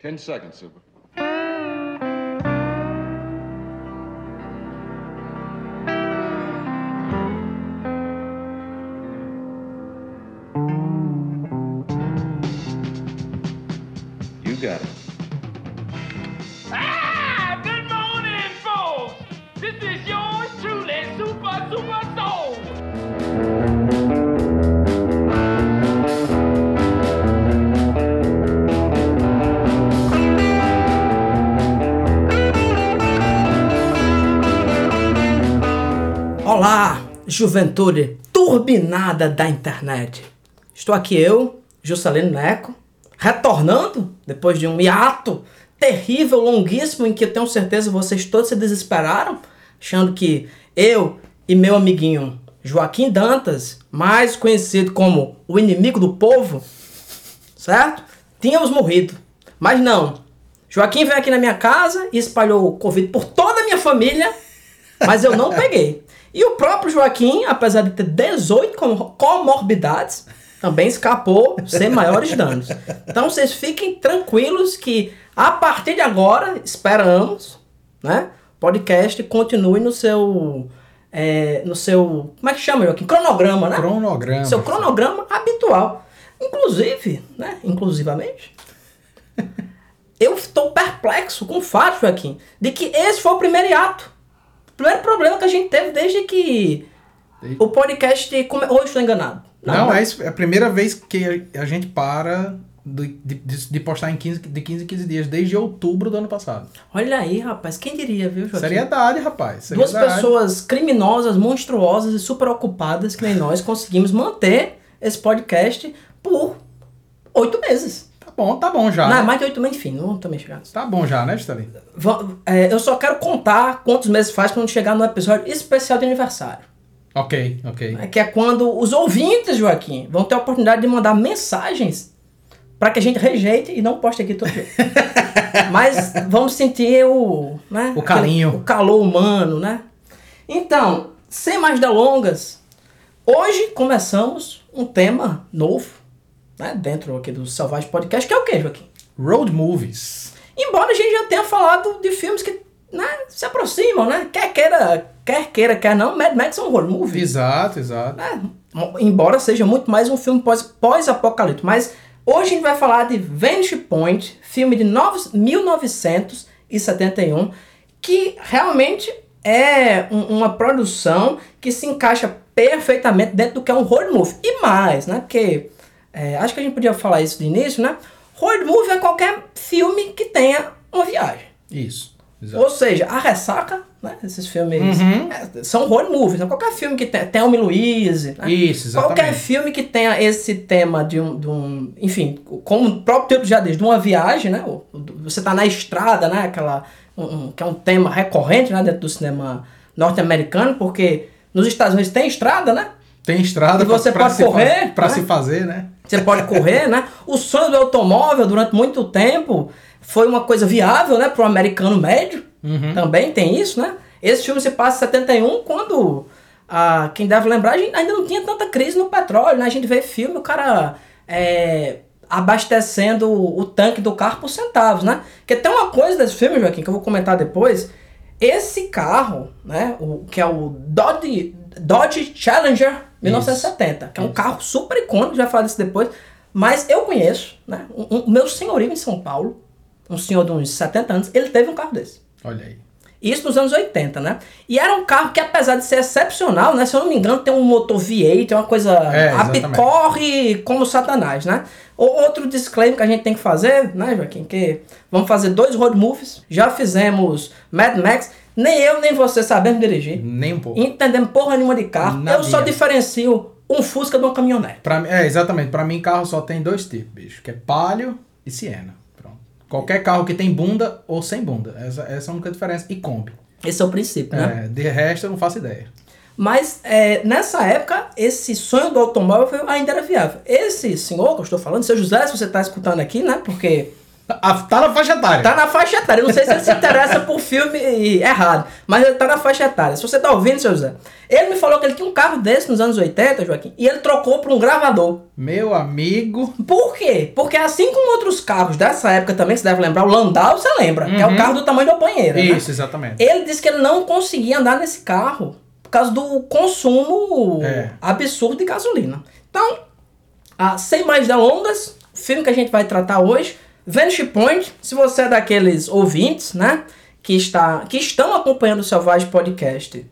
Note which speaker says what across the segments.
Speaker 1: 10 seconds, Super. You got it.
Speaker 2: Ah! Good morning, folks! This is yours truly, Super Soul!
Speaker 3: Olá, juventude turbinada da internet. Estou aqui eu, Juscelino Neco, retornando depois de um hiato terrível, longuíssimo, em que eu tenho certeza vocês todos se desesperaram, achando que eu e meu amiguinho Joaquim Dantas, mais conhecido como o inimigo do povo, certo? Tínhamos morrido. Mas não. Joaquim veio aqui na minha casa e espalhou o Covid por toda a minha família, mas eu não peguei. E o próprio Joaquim, apesar de ter 18 comorbidades, também escapou sem maiores danos. Então vocês fiquem tranquilos que a partir de agora, esperamos, né? O podcast continue no seu... como é que chama, Joaquim? Cronograma, né?
Speaker 4: Cronograma.
Speaker 3: Seu cronograma habitual. Inclusive, né? Inclusivamente, eu estou perplexo com o fato, Joaquim, de que esse foi o primeiro hiato. O primeiro problema que a gente teve desde que o podcast... Hoje estou enganado.
Speaker 4: Não, é a primeira vez que a gente para de postar de 15 em 15 dias, desde outubro do ano passado.
Speaker 3: Olha aí, rapaz. Quem diria, viu, Joaquim?
Speaker 4: Seriedade, rapaz.
Speaker 3: Duas pessoas criminosas, monstruosas e super ocupadas, que nem nós, conseguimos manter esse podcast por 8 meses.
Speaker 4: Tá bom já.
Speaker 3: Não,
Speaker 4: né?
Speaker 3: mais de 8 meses, enfim, não vamos também chegar.
Speaker 4: Tá bom já, né, Juscelino?
Speaker 3: Eu só quero contar quantos meses faz quando chegar no episódio especial de aniversário.
Speaker 4: Ok.
Speaker 3: Que é quando os ouvintes, Joaquim, vão ter a oportunidade de mandar mensagens para que a gente rejeite e não poste aqui todo dia. Mas vamos sentir o
Speaker 4: carinho.
Speaker 3: O calor humano, né? Então, sem mais delongas, hoje começamos um tema novo, né, dentro aqui do Selvagem Podcast, que é o quê, Joaquim?
Speaker 4: Road movies.
Speaker 3: Embora a gente já tenha falado de filmes que, né, se aproximam, né? Quer queira, quer não, Mad Max é um road movie.
Speaker 4: Exato.
Speaker 3: Embora seja muito mais um filme pós-apocalipse. Mas hoje a gente vai falar de Vanishing Point, filme de 1971, que realmente é uma produção que se encaixa perfeitamente dentro do que é um road movie. E mais, né? Porque acho que a gente podia falar isso de início, né? Road movie é qualquer filme que tenha uma viagem.
Speaker 4: Isso. Exato.
Speaker 3: Ou seja, a Ressaca, né? Esses filmes são road movies. Né? Qualquer filme que tenha Thelma e Louise, né?
Speaker 4: Isso, exatamente.
Speaker 3: Qualquer filme que tenha esse tema de um enfim, como o próprio título já diz, de uma viagem, né? Você tá na estrada, né? Que é um tema recorrente, né? Dentro do cinema norte-americano, porque nos Estados Unidos tem estrada, né?
Speaker 4: Tem estrada
Speaker 3: e você pode correr
Speaker 4: para
Speaker 3: né?
Speaker 4: se fazer, né?
Speaker 3: Você pode correr, né? O sonho do automóvel durante muito tempo foi uma coisa viável, né? Para o americano médio. Também tem isso, né? Esse filme se passa em 71, quando, quem deve lembrar, a gente ainda não tinha tanta crise no petróleo, né? A gente vê filme, o cara abastecendo o tanque do carro por centavos, né? Porque tem uma coisa desse filme, Joaquim, que eu vou comentar depois. Esse carro, né? Que é o Dodge Challenger 1970, que é um carro super icônico, já falei disso depois, mas eu conheço, né? O meu senhorio em São Paulo, um senhor de uns 70 anos, ele teve um carro desse.
Speaker 4: Olha aí.
Speaker 3: Isso nos anos 80, né? E era um carro que, apesar de ser excepcional, né? Se eu não me engano, tem um motor V8, é uma coisa... corre como Satanás, né? Outro disclaimer que a gente tem que fazer, né, Joaquim? Que vamos fazer 2 road movies, já fizemos Mad Max, nem eu nem você sabemos dirigir.
Speaker 4: Nem um pouco.
Speaker 3: Entendemos porra nenhuma de carro.
Speaker 4: Nadinha.
Speaker 3: Eu só diferencio um Fusca de uma caminhonete.
Speaker 4: Exatamente. Pra mim, carro só tem 2 tipos, bicho. Que é Palio e Siena. Pronto. Qualquer carro que tem bunda ou sem bunda. Essa é a única diferença. E Kombi.
Speaker 3: Esse é o princípio, né?
Speaker 4: De resto, eu não faço ideia.
Speaker 3: Mas, nessa época, esse sonho do automóvel ainda era viável. Esse senhor que eu estou falando, seu José, se você está escutando aqui, né? Porque
Speaker 4: Tá na faixa etária.
Speaker 3: Tá na faixa etária. Eu não sei se ele se interessa por filme errado, mas ele tá na faixa etária. Se você tá ouvindo, seu José, ele me falou que ele tinha um carro desse nos anos 80, Joaquim, e ele trocou por um gravador.
Speaker 4: Meu amigo.
Speaker 3: Por quê? Porque assim como outros carros dessa época também, você deve lembrar, o Landau, você lembra, que é o carro do tamanho da banheira,
Speaker 4: Isso,
Speaker 3: né?
Speaker 4: exatamente.
Speaker 3: Ele disse que ele não conseguia andar nesse carro por causa do consumo absurdo de gasolina. Então, sem mais delongas, o filme que a gente vai tratar hoje, Vanishing Point. Se você é daqueles ouvintes, né, que estão acompanhando o Selvagem Podcast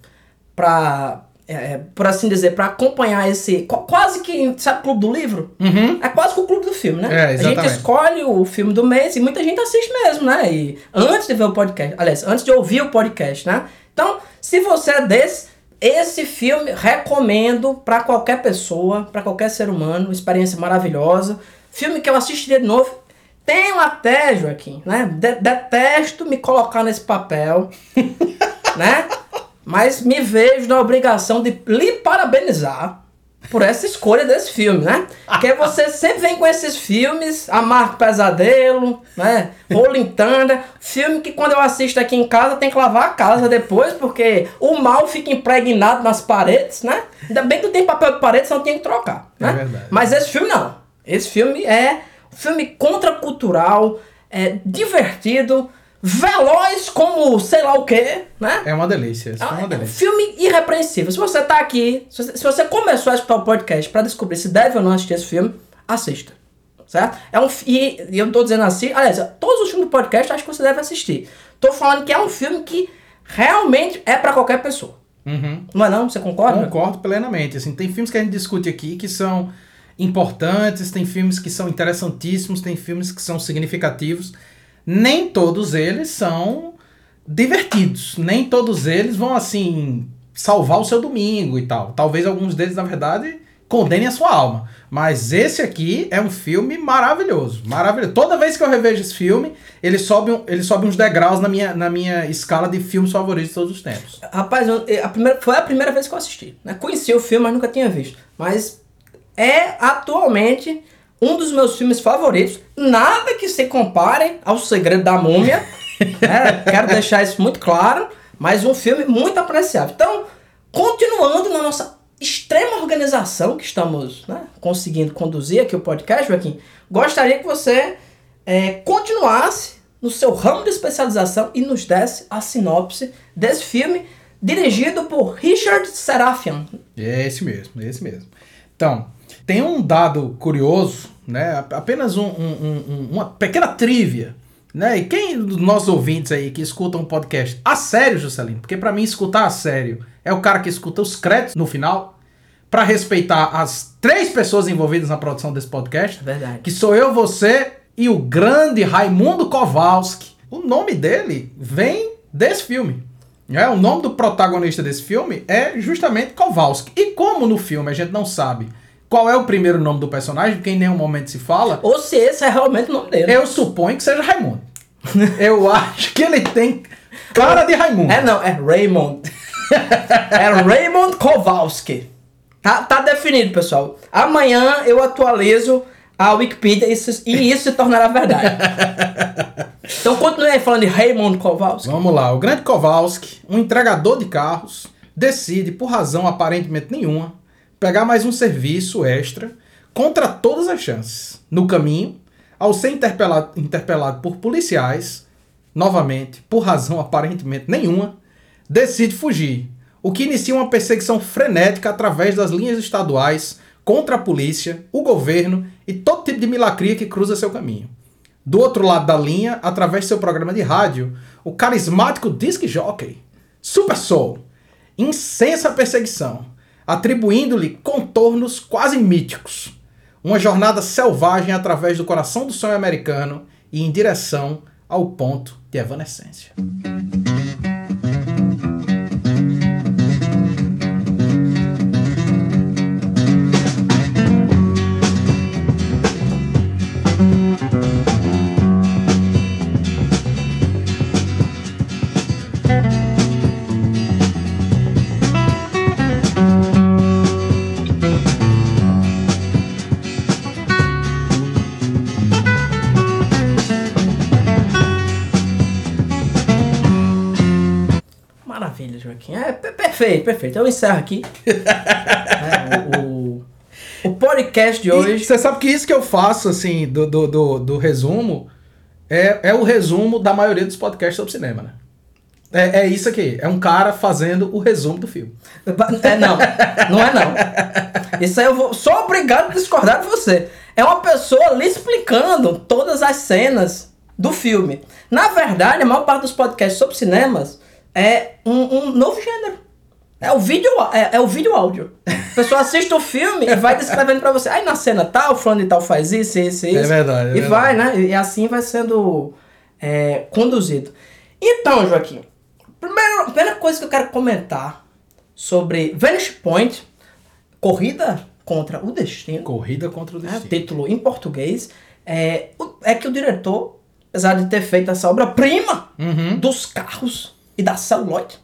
Speaker 3: por assim dizer, para acompanhar esse, quase que, sabe, o Clube do Livro? É quase que o Clube do Filme, né? A gente escolhe o filme do mês e muita gente assiste mesmo, né? E antes de ver o podcast, aliás, antes de ouvir o podcast, né? Então, se você é esse filme recomendo para qualquer pessoa, para qualquer ser humano, experiência maravilhosa, filme que eu assistiria de novo. Tenho até, Joaquim, né? Detesto me colocar nesse papel, né? Mas me vejo na obrigação de lhe parabenizar por essa escolha desse filme, né? Porque você sempre vem com esses filmes, Amargo Pesadelo, né? Rolling Thunder, filme que quando eu assisto aqui em casa tem que lavar a casa depois, porque o mal fica impregnado nas paredes, né? Ainda bem que não tem papel de parede, senão tem que trocar, né?
Speaker 4: É verdade.
Speaker 3: Mas esse filme não. Esse filme é um filme contracultural, divertido, veloz como sei lá o que, né?
Speaker 4: É uma delícia. É uma delícia.
Speaker 3: Filme irrepreensível. Se você tá aqui, se você começou a escutar o podcast pra descobrir se deve ou não assistir esse filme, assista. Certo? E eu não tô dizendo assim, aliás, todos os filmes do podcast acho que você deve assistir. Tô falando que é um filme que realmente é pra qualquer pessoa. Não é não? Você concorda?
Speaker 4: Concordo plenamente. Assim, tem filmes que a gente discute aqui que são importantes, tem filmes que são interessantíssimos, tem filmes que são significativos. Nem todos eles são divertidos. Nem todos eles vão, assim, salvar o seu domingo e tal. Talvez alguns deles, na verdade, condenem a sua alma. Mas esse aqui é um filme maravilhoso. Maravilhoso. Toda vez que eu revejo esse filme, ele sobe uns degraus na minha escala de filmes favoritos de todos os tempos.
Speaker 3: Rapaz, foi a primeira vez que eu assisti, né? Conheci o filme, mas nunca tinha visto. Mas é atualmente um dos meus filmes favoritos. Nada que se compare ao Segredo da Múmia. Né? Quero deixar isso muito claro. Mas um filme muito apreciável. Então, continuando na nossa extrema organização que estamos, né, conseguindo conduzir aqui o podcast, Joaquim, gostaria que você continuasse no seu ramo de especialização e nos desse a sinopse desse filme, dirigido por Richard Serafian.
Speaker 4: É esse mesmo. Então, tem um dado curioso, né? Apenas uma pequena trivia, né? E quem dos nossos ouvintes aí que escutam um podcast a sério, Juscelino, porque pra mim escutar a sério é o cara que escuta os créditos no final, pra respeitar as 3 pessoas envolvidas na produção desse podcast,
Speaker 3: Verdade.
Speaker 4: que sou eu, você e o grande Raimundo Kowalski. O nome dele vem desse filme. O nome do protagonista desse filme é justamente Kowalski. E como no filme a gente não sabe qual é o primeiro nome do personagem, porque em nenhum momento se fala,
Speaker 3: Ou se esse é realmente o nome dele.
Speaker 4: eu suponho que seja Raimundo. Eu acho que ele tem cara de Raimundo.
Speaker 3: Não, é Raymond. É Raymond Kowalski. Tá definido, pessoal. Amanhã eu atualizo a Wikipedia e isso se tornará verdade. Então continue aí falando de Raymond Kowalski.
Speaker 4: Vamos lá, o grande Kowalski, um entregador de carros, decide, por razão aparentemente nenhuma, pegar mais um serviço extra contra todas as chances. No caminho, ao ser interpelado por policiais, novamente, por razão aparentemente nenhuma, decide fugir, o que inicia uma perseguição frenética através das linhas estaduais contra a polícia, o governo e todo tipo de milacria que cruza seu caminho. Do outro lado da linha, através de seu programa de rádio, o carismático disc jockey, Super Soul, incensa a perseguição, atribuindo-lhe contornos quase míticos. Uma jornada selvagem através do coração do sonho americano e em direção ao ponto de evanescência.
Speaker 3: maravilha, Joaquim. Perfeito. Eu encerro aqui o podcast de hoje.
Speaker 4: Você sabe que isso que eu faço, assim, do resumo, é o resumo da maioria dos podcasts sobre cinema, né? É isso aqui. É um cara fazendo o resumo do filme.
Speaker 3: Não é não. Isso aí sou obrigado a discordar de você. É uma pessoa ali explicando todas as cenas do filme. Na verdade, a maior parte dos podcasts sobre cinemas é um novo gênero. É o vídeo áudio. A pessoa assiste o filme e vai descrevendo pra você. Aí na cena tal, fulano e tal faz isso.
Speaker 4: É verdade.
Speaker 3: Vai, né? E assim vai sendo conduzido. Então, Joaquim, primeira coisa que eu quero comentar sobre Vanishing Point, Corrida contra o Destino.
Speaker 4: Corrida contra o Destino.
Speaker 3: Título em português. É que o diretor, apesar de ter feito essa obra-prima dos carros e da celulite,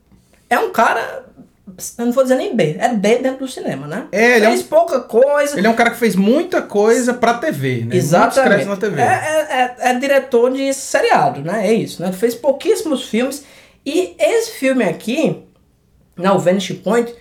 Speaker 3: é um cara, eu não vou dizer nem B, é D dentro do cinema, né?
Speaker 4: Ele
Speaker 3: fez pouca coisa.
Speaker 4: Ele é um cara que fez muita coisa pra TV, né?
Speaker 3: Exatamente.
Speaker 4: Na TV.
Speaker 3: É diretor de seriado, né? É isso, né? Ele fez pouquíssimos filmes. E esse filme aqui, o Vanishing Point,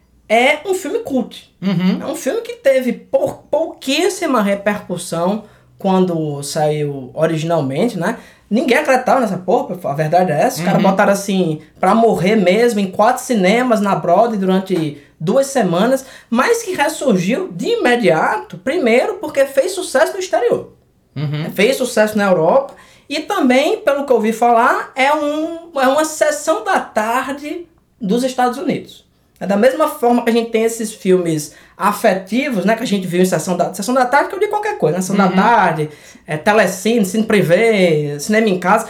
Speaker 3: é um filme cult. É um filme que teve pouquíssima repercussão quando saiu originalmente, né? Ninguém acreditava nessa porra, a verdade é essa. Os caras botaram assim, pra morrer mesmo, em 4 cinemas na Broadway durante 2 semanas, mas que ressurgiu de imediato, primeiro porque fez sucesso no exterior. Fez sucesso na Europa e também, pelo que eu ouvi falar, é uma sessão da tarde dos Estados Unidos. É da mesma forma que a gente tem esses filmes afetivos, né, que a gente viu em Sessão da Tarde, que eu digo qualquer coisa, né? Sessão da Tarde, telecine, cine privê, cinema em casa.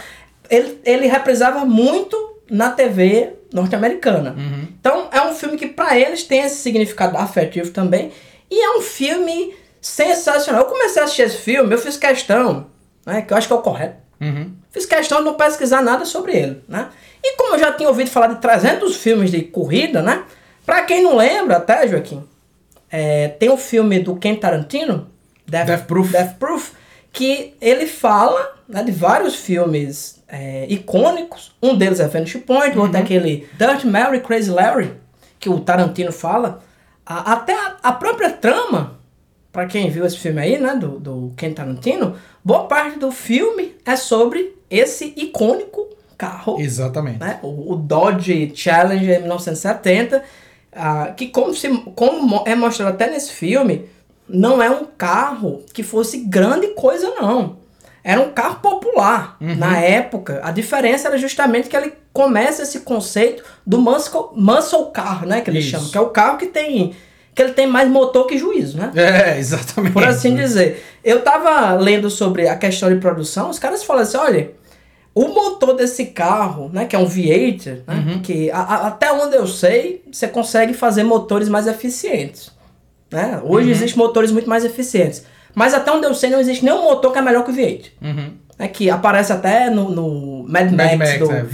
Speaker 3: Ele reprisava muito na TV norte-americana. Então, é um filme que para eles tem esse significado afetivo também. E é um filme sensacional. Eu comecei a assistir esse filme, eu fiz questão, né, que eu acho que é o correto. Fiz questão de não pesquisar nada sobre ele, né? E como eu já tinha ouvido falar de 300 filmes de corrida, né? Pra quem não lembra até, Joaquim, tem um filme do Quentin Tarantino, Death Proof, que ele fala, né, de vários filmes icônicos. Um deles é Vanishing Point, o outro é aquele Dirty Mary, Crazy Larry, que o Tarantino fala. Até a própria trama, pra quem viu esse filme aí, né, do Quentin Tarantino, boa parte do filme é sobre esse icônico carro.
Speaker 4: Exatamente.
Speaker 3: Né, o Dodge Challenger 1970, que como é mostrado até nesse filme, não é um carro que fosse grande coisa, não. Era um carro popular na época. A diferença era justamente que ele começa esse conceito do muscle car, né, que eles chamam, que é o carro que ele tem mais motor que juízo, né?
Speaker 4: Exatamente.
Speaker 3: Por assim dizer. Eu tava lendo sobre a questão de produção, os caras falam assim, olha, o motor desse carro, né, que é um V8, né, que até onde eu sei, você consegue fazer motores mais eficientes. Né? Hoje existem motores muito mais eficientes. Mas até onde eu sei, não existe nenhum motor que é melhor que o V8. Né, que aparece até no Mad Max.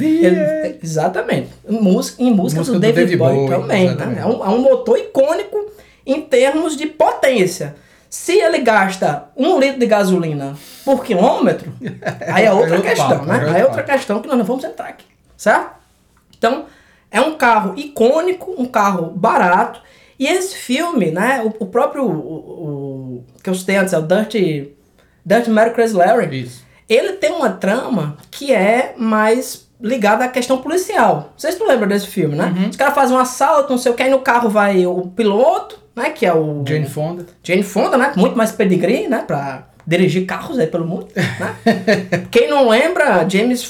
Speaker 3: Exatamente. Em música do David Bowie também. Né? É um motor icônico em termos de potência. Se ele gasta 1 litro de gasolina por quilômetro, aí é outra questão, né? Aí é outra questão que nós não vamos entrar aqui, certo? Então, é um carro icônico, um carro barato, e esse filme, né, o próprio, que eu citei antes, é o Dirty Mary Crazy Larry,
Speaker 4: Isso.
Speaker 3: Ele tem uma trama que é mais ligada à questão policial. Vocês não lembram desse filme, né? Os caras fazem um assalto, não sei o que, aí no carro vai o piloto, né, que é o...
Speaker 4: Jane Fonda,
Speaker 3: né, muito mais pedigree, né, pra dirigir carros aí pelo mundo, né? Quem não lembra,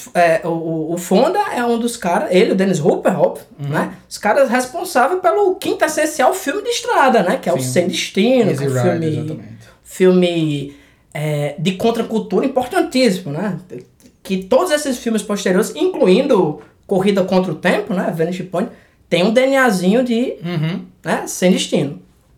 Speaker 3: o Fonda é um dos caras, ele, o Dennis Hopper, óbvio, né? Os caras responsáveis pelo quinto essencial filme de estrada, né? Que é o Sem Destino, que é um filme de contracultura importantíssimo, né? Que todos esses filmes posteriores, incluindo Corrida contra o Tempo, né? Vanishing Point, tem um DNAzinho de né, Sem Destino.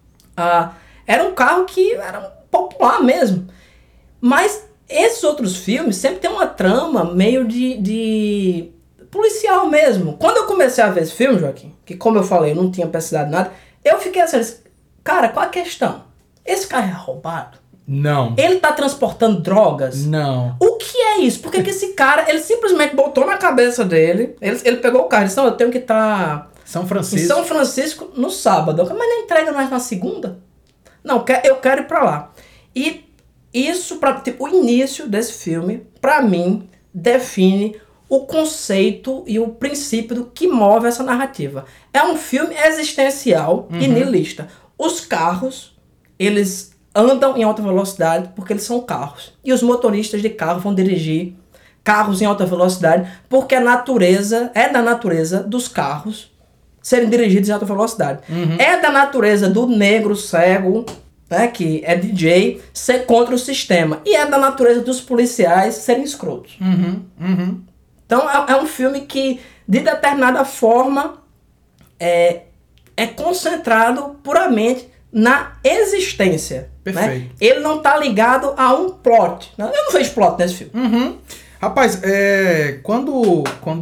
Speaker 3: Era um carro que era popular mesmo. Mas esses outros filmes sempre tem uma trama meio de policial mesmo. Quando eu comecei a ver esse filme, Joaquim, que como eu falei, eu não tinha pesquisado nada, eu fiquei assim, cara, qual a questão? Esse carro é roubado?
Speaker 4: Não.
Speaker 3: Ele tá transportando drogas?
Speaker 4: Não.
Speaker 3: O que é isso? Por que que esse cara, ele simplesmente botou na cabeça dele, ele pegou o carro e disse, não, eu tenho que estar
Speaker 4: São
Speaker 3: em
Speaker 4: Francisco.
Speaker 3: São Francisco no sábado. Mas não entrega mais na segunda? Não, eu quero ir pra lá. E isso, o início desse filme, pra mim, define o conceito e o princípio do que move essa narrativa. É um filme existencial e niilista. Os carros, eles andam em alta velocidade porque eles são carros. E os motoristas de carro vão dirigir carros em alta velocidade porque é da natureza dos carros serem dirigidos em alta velocidade. É da natureza do negro cego, né, que é DJ, ser contra o sistema. E é da natureza dos policiais serem escrotos. Então é um filme que, de determinada forma, é concentrado puramente na existência.
Speaker 4: Perfeito.
Speaker 3: Né? Ele não tá ligado a um plot. Eu não vejo plot nesse filme.
Speaker 4: Rapaz, quando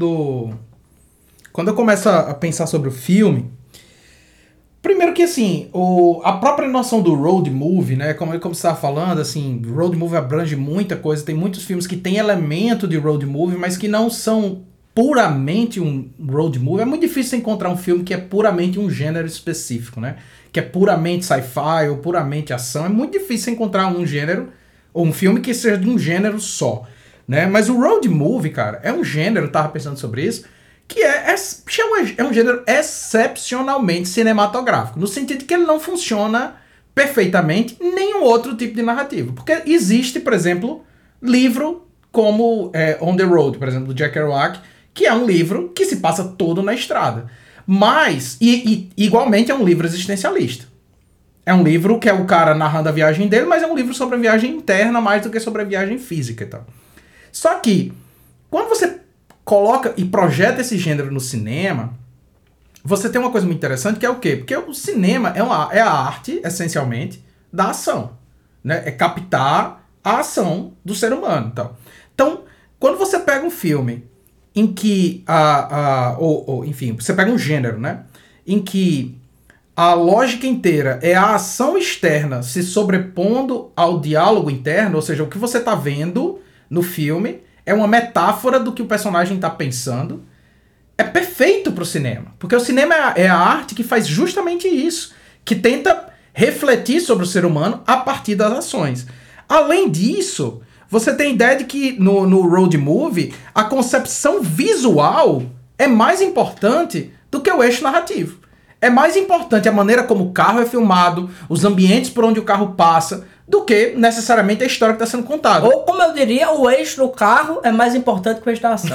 Speaker 4: eu começo a pensar sobre o filme, primeiro que assim, a própria noção do road movie, né, como você estava falando, assim, road movie abrange muita coisa, tem muitos filmes que tem elemento de road movie, mas que não são puramente um road movie. É muito difícil encontrar um filme que é puramente um gênero específico, né, que é puramente sci-fi ou puramente ação. É muito difícil encontrar um gênero, ou um filme que seja de um gênero só, né, mas o road movie, cara, é um gênero, eu tava pensando sobre isso, que é um gênero excepcionalmente cinematográfico, no sentido de que ele não funciona perfeitamente em nenhum outro tipo de narrativa. Porque existe, por exemplo, livro como On the Road, por exemplo, do Jack Kerouac, que é um livro que se passa todo na estrada. Mas, igualmente, é um livro existencialista. É um livro que é o cara narrando a viagem dele, mas é um livro sobre a viagem interna mais do que sobre a viagem física e tal. Só que, quando você coloca e projeta esse gênero no cinema, você tem uma coisa muito interessante, que é o quê? Porque o cinema é a arte, essencialmente, da ação, né? É captar a ação do ser humano. Então, quando você pega um filme em que enfim, você pega um gênero, né? Em que a lógica inteira é a ação externa se sobrepondo ao diálogo interno, ou seja, o que você está vendo no filme é uma metáfora do que o personagem está pensando, é perfeito para o cinema. Porque o cinema é a arte que faz justamente isso, que tenta refletir sobre o ser humano a partir das ações. Além disso, você tem a ideia de que no road movie, a concepção visual é mais importante do que o eixo narrativo. É mais importante a maneira como o carro é filmado, os ambientes por onde o carro passa, do que necessariamente a história que está sendo contada.
Speaker 3: Ou, como eu diria, o eixo do carro é mais importante que o eixo da ação.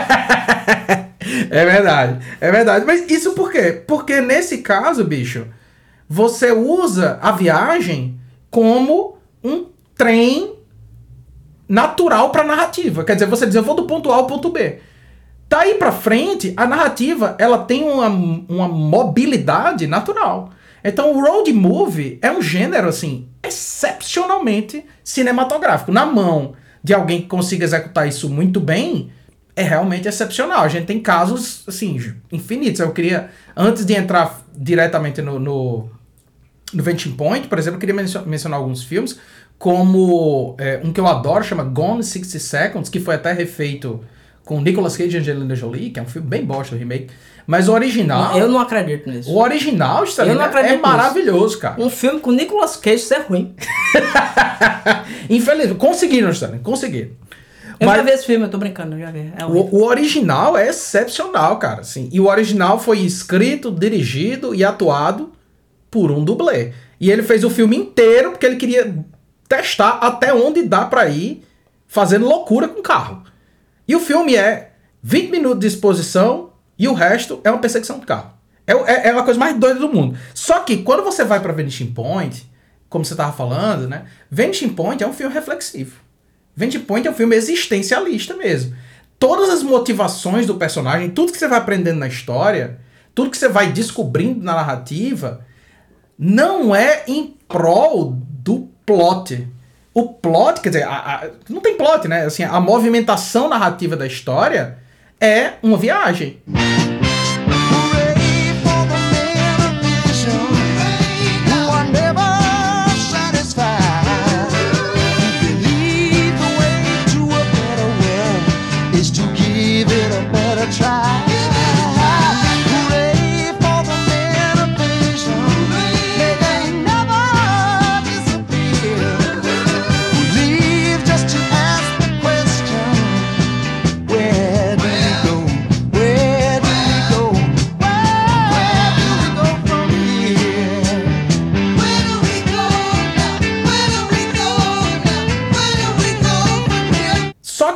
Speaker 4: É verdade. Mas isso por quê? Porque nesse caso, bicho, você usa a viagem como um trem natural para a narrativa. Quer dizer, você diz, eu vou do ponto A ao ponto B. Daí pra frente, a narrativa, ela tem uma mobilidade natural. Então o road movie é um gênero, assim, excepcionalmente cinematográfico. Na mão de alguém que consiga executar isso muito bem, é realmente excepcional. A gente tem casos, assim, infinitos. Eu queria, antes de entrar diretamente no Vanishing Point, por exemplo, eu queria mencionar alguns filmes, como um que eu adoro, chama Gone in 60 Seconds, que foi até refeito com Nicolas Cage e Angelina Jolie, que é um filme bem bosta, o remake. Mas o original...
Speaker 3: Eu não acredito nisso.
Speaker 4: O original, é maravilhoso, cara.
Speaker 3: Um filme com Nicolas Cage ser ruim.
Speaker 4: Infelizmente. Conseguiram, Stanley. Conseguiram.
Speaker 3: Eu já vi esse filme, eu tô brincando, eu já vi.
Speaker 4: O original é excepcional, cara. Assim. E o original foi escrito, dirigido e atuado por um dublê. E ele fez o filme inteiro porque ele queria testar até onde dá pra ir fazendo loucura com o carro. E o filme é 20 minutos de exposição e o resto é uma perseguição de carro. É uma coisa mais doida do mundo. Só que quando você vai pra Vanishing Point, como você tava falando, né? Vanishing Point é um filme reflexivo. Vanishing Point é um filme existencialista mesmo. Todas as motivações do personagem, tudo que você vai aprendendo na história, tudo que você vai descobrindo na narrativa, não é em prol do plot. O plot, quer dizer, não tem plot, né? Assim, a movimentação narrativa da história é uma viagem.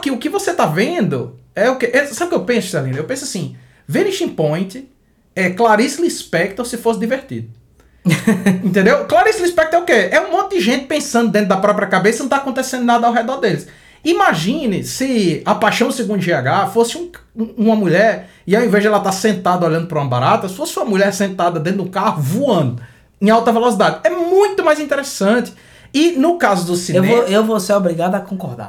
Speaker 4: que o que você tá vendo é o que... sabe o que eu penso, Celina? Eu penso assim, Vanishing Point é Clarice Lispector se fosse divertido. Entendeu? Clarice Lispector é o quê? É um monte de gente pensando dentro da própria cabeça e não tá acontecendo nada ao redor deles. Imagine se A Paixão Segundo GH fosse uma mulher e ao invés de ela estar sentada olhando para uma barata, se fosse uma mulher sentada dentro do carro voando em alta velocidade. É muito mais interessante. E no caso do cinema...
Speaker 3: Eu vou ser obrigado a concordar.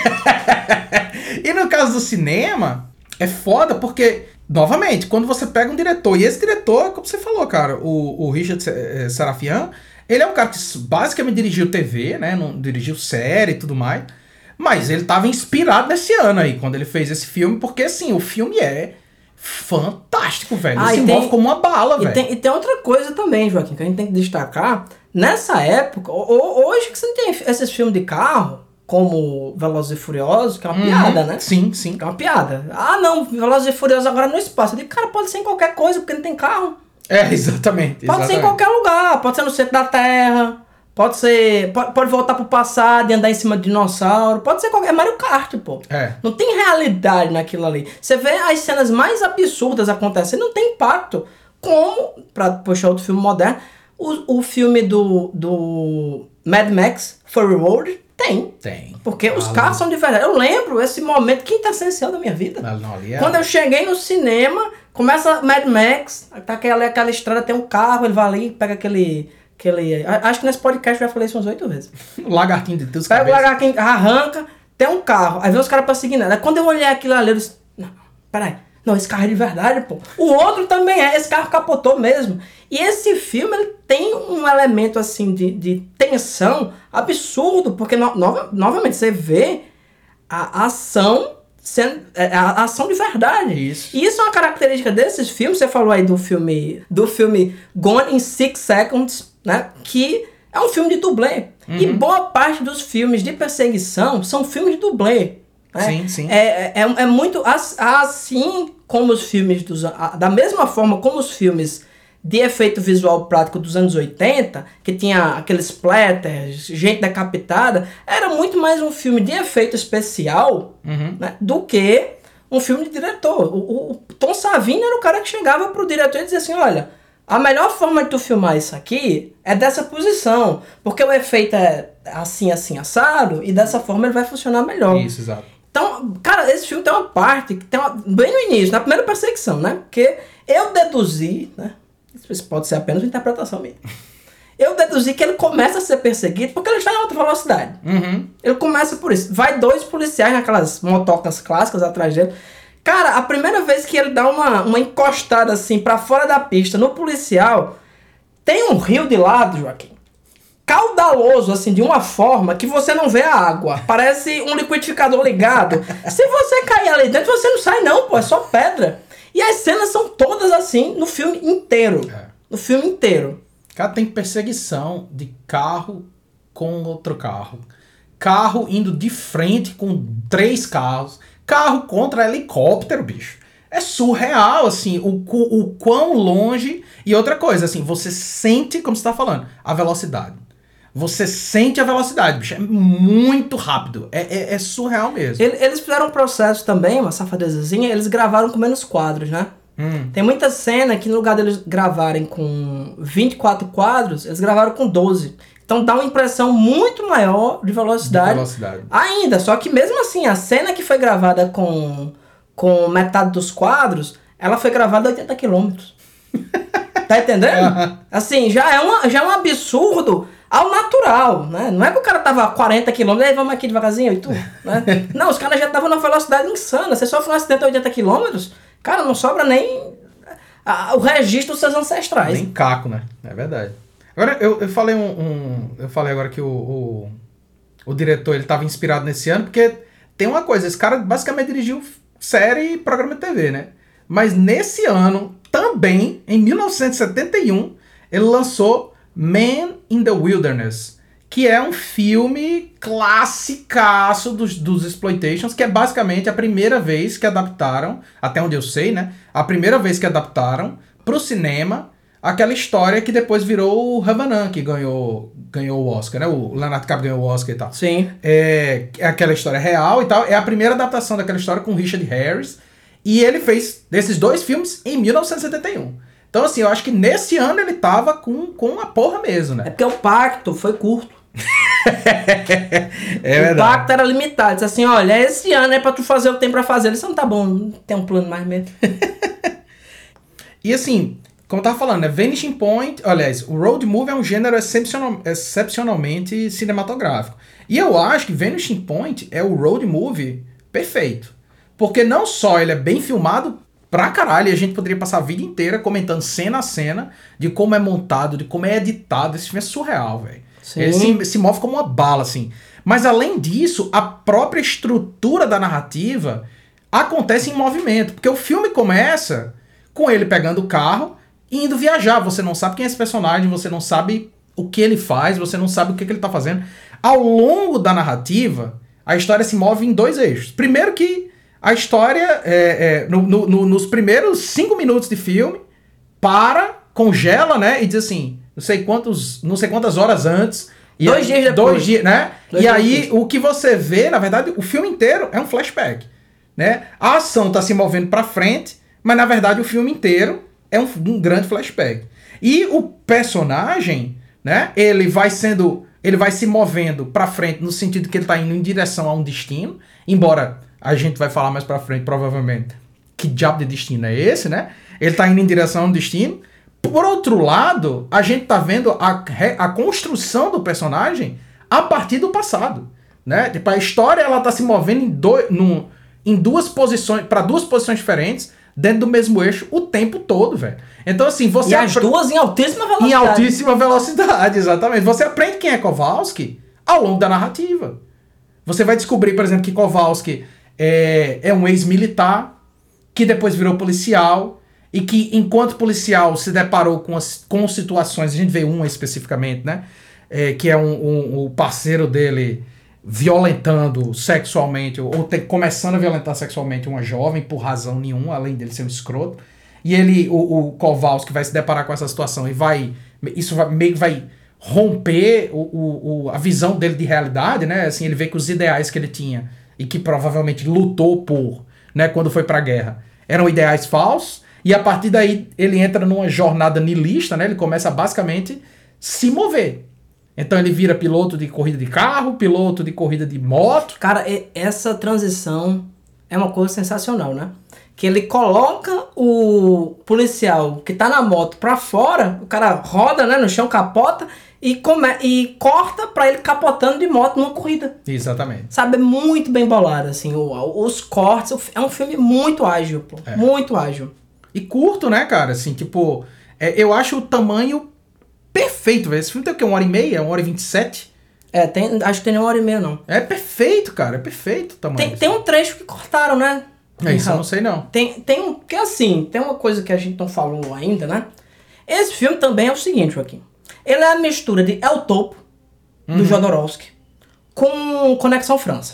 Speaker 4: E no caso do cinema, é foda porque, novamente, quando você pega um diretor, e esse diretor, como você falou, cara, o Richard Sarafian, ele é um cara que basicamente dirigiu TV, né? Não dirigiu série e tudo mais. Mas ele tava inspirado nesse ano aí, quando ele fez esse filme, porque assim, o filme é fantástico, velho. Ele se move como uma bala, velho.
Speaker 3: E tem outra coisa também, Joaquim, que a gente tem que destacar. Nessa época, hoje que você tem esses filmes de carro, como Velozes e Furiosos, que é uma piada, né?
Speaker 4: Sim, sim.
Speaker 3: Que é uma piada. Ah, não, Velozes e Furiosos agora no espaço. Eu digo, cara, pode ser em qualquer coisa, porque não tem carro.
Speaker 4: É, exatamente.
Speaker 3: Pode ser em qualquer lugar, pode ser no centro da Terra. Pode ser. Pode voltar pro passado e andar em cima de dinossauro. Pode ser qualquer. É Mario Kart, pô.
Speaker 4: É.
Speaker 3: Não tem realidade naquilo ali. Você vê as cenas mais absurdas acontecendo, não tem impacto. Como, pra puxar outro filme moderno, o filme do Mad Max Fury Road tem.
Speaker 4: Tem.
Speaker 3: Porque os carros são de verdade. Eu lembro esse momento quintessencial da minha vida. Quando eu cheguei no cinema, começa Mad Max, tá aquela estrada, tem um carro, ele vai ali, pega aquele... Acho que nesse podcast eu já falei isso umas 8 vezes.
Speaker 4: O lagartinho de Deus.
Speaker 3: Pega o lagartinho, arranca, tem um carro. Aí vem os caras perseguindo ela. Aí quando eu olhei aquilo ali, eu disse, não, peraí. Não, esse carro é de verdade, pô. O outro também é, esse carro capotou mesmo. E esse filme, ele tem um elemento, assim, de tensão absurdo. Porque, novamente, você vê a ação sendo a ação de verdade.
Speaker 4: Isso.
Speaker 3: E isso é uma característica desses filmes. Você falou aí do filme Gone in 6 Seconds, né? Que é um filme de dublê. E boa parte dos filmes de perseguição são filmes de dublê. Né?
Speaker 4: Sim, sim.
Speaker 3: É muito assim como os filmes da mesma forma como os filmes de efeito visual prático dos anos 80, que tinha aqueles splatters, gente decapitada, era muito mais um filme de efeito especial, né, do que um filme de diretor. O Tom Savini era o cara que chegava pro diretor e dizia assim, olha, a melhor forma de tu filmar isso aqui é dessa posição, porque o efeito é assim, assim, assado, e dessa forma ele vai funcionar melhor.
Speaker 4: Isso, exato.
Speaker 3: Então, cara, esse filme tem uma parte que tem bem no início, na primeira perseguição, né? Porque eu deduzi, né? Isso pode ser apenas uma interpretação minha. Eu deduzi que ele começa a ser perseguido porque ele está em alta velocidade. Ele começa por isso. Vai 2 policiais naquelas motocas clássicas atrás dele. Cara, a primeira vez que ele dá uma encostada assim pra fora da pista no policial, tem um rio de lado, Joaquim, caudaloso, assim, de uma forma que você não vê a água. Parece um liquidificador ligado. Se você cair ali dentro, você não sai não, pô. É só pedra. E as cenas são todas assim no filme inteiro. No filme inteiro.
Speaker 4: Cara, tem perseguição de carro com outro carro. Carro indo de frente com 3 carros. Carro contra helicóptero, bicho. É surreal, assim, o quão longe... E outra coisa, assim, você sente, como você tá falando, a velocidade. Você sente a velocidade, bicho. É muito rápido. É surreal mesmo.
Speaker 3: Eles fizeram um processo também, uma safadezazinha, eles gravaram com menos quadros, né? Tem muita cena que no lugar deles gravarem com 24 quadros, eles gravaram com 12. Então dá uma impressão muito maior de velocidade. Ainda, só que mesmo assim, a cena que foi gravada com metade dos quadros, ela foi gravada a 80 km. Tá entendendo? Assim, já é um absurdo ao natural, né? Não é que o cara tava a 40 km, aí vamos aqui devagarzinho e tu, né? Não, os caras já estavam numa velocidade insana. Você sofre um acidente a 80 km, cara, não sobra nem o registro dos seus ancestrais.
Speaker 4: Nem caco, né? É verdade. Agora, eu falei eu falei agora que o diretor, ele tava inspirado nesse ano, porque tem uma coisa, esse cara basicamente dirigiu série e programa de TV, né? Mas nesse ano, também, em 1971, ele lançou Man in the Wilderness, que é um filme classicaço dos exploitations, que é basicamente a primeira vez que adaptaram, até onde eu sei, né? A primeira vez que adaptaram pro cinema aquela história que depois virou o Revenant, que ganhou o Oscar, né? O Leonardo DiCaprio ganhou o Oscar e tal.
Speaker 3: Sim.
Speaker 4: É aquela história real e tal. É a primeira adaptação daquela história com o Richard Harris. E ele fez desses 2 filmes em 1971. Então, assim, eu acho que nesse ano ele tava com a porra mesmo, né?
Speaker 3: É porque o pacto foi curto.
Speaker 4: É
Speaker 3: o
Speaker 4: verdade.
Speaker 3: pacto era limitado. Disse assim, olha, esse ano é pra tu fazer o que tem pra fazer. Ele disse, não, tá bom, não tem um plano mais mesmo.
Speaker 4: E assim, como eu tava falando, né? Vanishing Point, aliás, o road movie é um gênero excepcionalmente cinematográfico. E eu acho que Vanishing Point é o road movie perfeito. Porque não só ele é bem filmado pra caralho, e a gente poderia passar a vida inteira comentando cena a cena de como é montado, de como é editado. Esse filme é surreal, velho. Ele se move como uma bala, assim. Mas além disso, a própria estrutura da narrativa acontece em movimento. Porque o filme começa com ele pegando o carro e indo viajar. Você não sabe quem é esse personagem, você não sabe o que ele faz, você não sabe o que ele tá fazendo. Ao longo da narrativa, a história se move em 2 eixos. Primeiro que a história, nos primeiros 5 minutos de filme, congela, né? E diz assim, não sei quantas horas antes.
Speaker 3: 2 dias depois.
Speaker 4: 2 dias, né?
Speaker 3: Dois
Speaker 4: e
Speaker 3: dias
Speaker 4: aí,
Speaker 3: depois.
Speaker 4: o que você vê, na verdade, o filme inteiro é um flashback, né? A ação tá se movendo pra frente, mas na verdade o filme inteiro é um grande flashback. E o personagem, né? Ele vai se movendo pra frente no sentido que ele tá indo em direção a um destino, embora a gente vai falar mais pra frente, provavelmente, que diabo de destino é esse, né? Ele tá indo em direção a um destino. Por outro lado, a gente tá vendo a construção do personagem a partir do passado, né? Tipo, a história, ela tá se movendo em 2 posições, para 2 posições diferentes, dentro do mesmo eixo, o tempo todo, velho. Então, assim, você...
Speaker 3: E as duas em altíssima velocidade.
Speaker 4: Em altíssima velocidade, exatamente. Você aprende quem é Kowalski ao longo da narrativa. Você vai descobrir, por exemplo, que Kowalski é um ex-militar, que depois virou policial, e que, enquanto policial, se deparou com situações, a gente vê uma especificamente, né? Que é o parceiro dele violentando sexualmente, ou começando a violentar sexualmente uma jovem, por razão nenhuma, além dele ser um escroto. E ele, o Kowalski, vai se deparar com essa situação e meio que vai romper a visão dele de realidade, né? Assim, ele vê que os ideais que ele tinha e que provavelmente lutou por, né, quando foi pra guerra, eram ideais falsos. E a partir daí ele entra numa jornada niilista, né? Ele começa a basicamente se mover. Então ele vira piloto de corrida de carro, piloto de corrida de moto.
Speaker 3: Cara, essa transição é uma coisa sensacional, né? Que ele coloca o policial que tá na moto pra fora, o cara roda, né, no chão, capota e corta pra ele capotando de moto numa corrida.
Speaker 4: Exatamente.
Speaker 3: Sabe, é muito bem bolado, assim, os cortes. É um filme muito ágil, pô. Muito ágil.
Speaker 4: E curto, né, cara? Assim, tipo, eu acho o tamanho perfeito, velho. Esse filme tem o quê? 1h30? 1h27?
Speaker 3: Acho que tem nem 1h30, não.
Speaker 4: É perfeito, cara. É perfeito o tamanho.
Speaker 3: Tem um trecho que cortaram, né?
Speaker 4: Isso eu não sei, não.
Speaker 3: Tem porque assim, tem uma coisa que a gente não falou ainda, né? Esse filme também é o seguinte, Joaquim. Ele é a mistura de El Topo, do Jodorowsky, com Conexão França.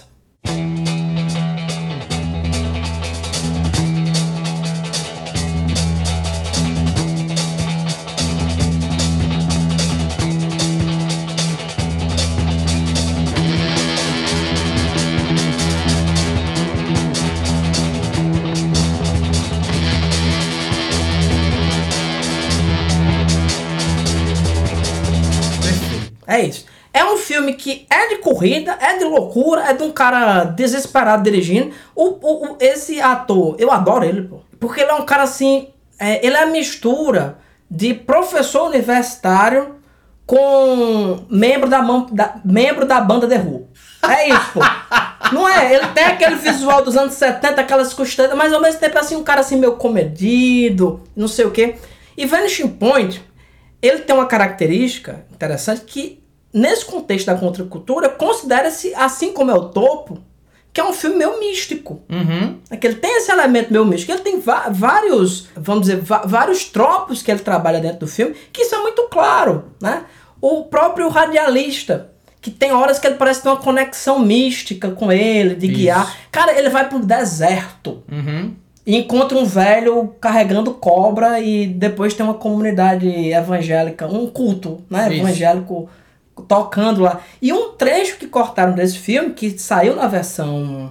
Speaker 3: É isso. É um filme que é de corrida, é de loucura, é de um cara desesperado dirigindo. Esse ator, eu adoro ele, pô. Porque ele é um cara assim... ele é a mistura de professor universitário com membro da banda The Who. É isso, pô. Não é? Ele tem aquele visual dos anos 70, aquelas costelas, mas ao mesmo tempo assim, um cara assim meio comedido, não sei o quê. E Vanishing Point... ele tem uma característica interessante que, nesse contexto da contracultura, considera-se, assim como é o Topo, que é um filme meio místico. É que ele tem esse elemento meio místico. Ele tem vários, vamos dizer, vários tropos que ele trabalha dentro do filme, que isso é muito claro, né? O próprio radialista, que tem horas que ele parece ter uma conexão mística com ele, de guiar. Cara, ele vai pro deserto. E encontra um velho carregando cobra e depois tem uma comunidade evangélica, um culto, né,
Speaker 4: Isso.
Speaker 3: evangélico tocando lá. E um trecho que cortaram desse filme, que saiu na versão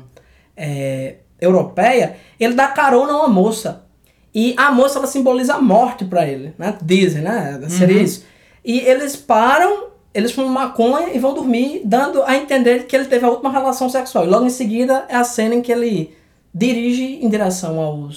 Speaker 3: europeia, ele dá carona a uma moça. E a moça, ela simboliza a morte pra ele, né? Dizem, né? Seria isso. E eles param, eles fumam maconha e vão dormir, dando a entender que ele teve a última relação sexual. E logo em seguida é a cena em que ele dirige em direção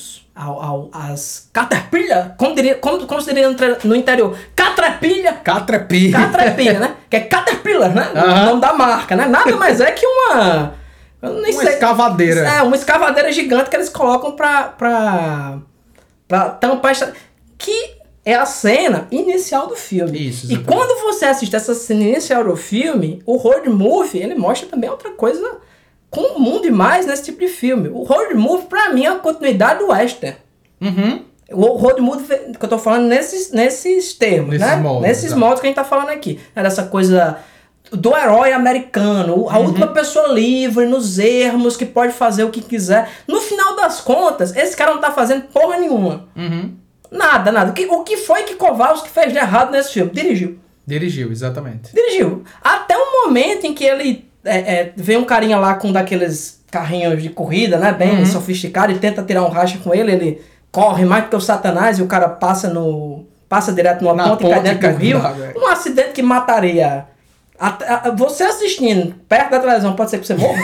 Speaker 3: às Caterpillar, como se diria no interior, Caterpillar,
Speaker 4: Catrepilha.
Speaker 3: né? Que é Caterpillar, né?
Speaker 4: Aham.
Speaker 3: O nome da marca, né? Nada mais é que uma... Eu nem
Speaker 4: Uma
Speaker 3: sei.
Speaker 4: escavadeira.
Speaker 3: É, uma escavadeira gigante que eles colocam pra tampar essa... Que é a cena inicial do filme.
Speaker 4: Isso,
Speaker 3: E
Speaker 4: exatamente.
Speaker 3: quando você assiste essa cena inicial do filme, o road movie, ele mostra também outra coisa comum demais nesse tipo de filme. O road movie, pra mim, é a continuidade do western.
Speaker 4: Uhum.
Speaker 3: O road movie que eu tô falando nesses termos,
Speaker 4: Nesses
Speaker 3: né?
Speaker 4: moldes,
Speaker 3: Nesses
Speaker 4: exato.
Speaker 3: moldes que a gente tá falando aqui. É dessa coisa do herói americano, a última pessoa livre, nos ermos, que pode fazer o que quiser. No final das contas, esse cara não tá fazendo porra nenhuma.
Speaker 4: Uhum.
Speaker 3: Nada. O que foi que Kowalski fez de errado nesse filme?
Speaker 4: Dirigiu, exatamente.
Speaker 3: Dirigiu. Até o momento em que ele vê um carinha lá com daqueles carrinhos de corrida, né? Bem sofisticado, e tenta tirar um racha com ele corre mais do que o Satanás e o cara passa direto numa ponte e cai dentro do rio. Um acidente que mataria. Você assistindo perto da televisão, pode ser que você morra.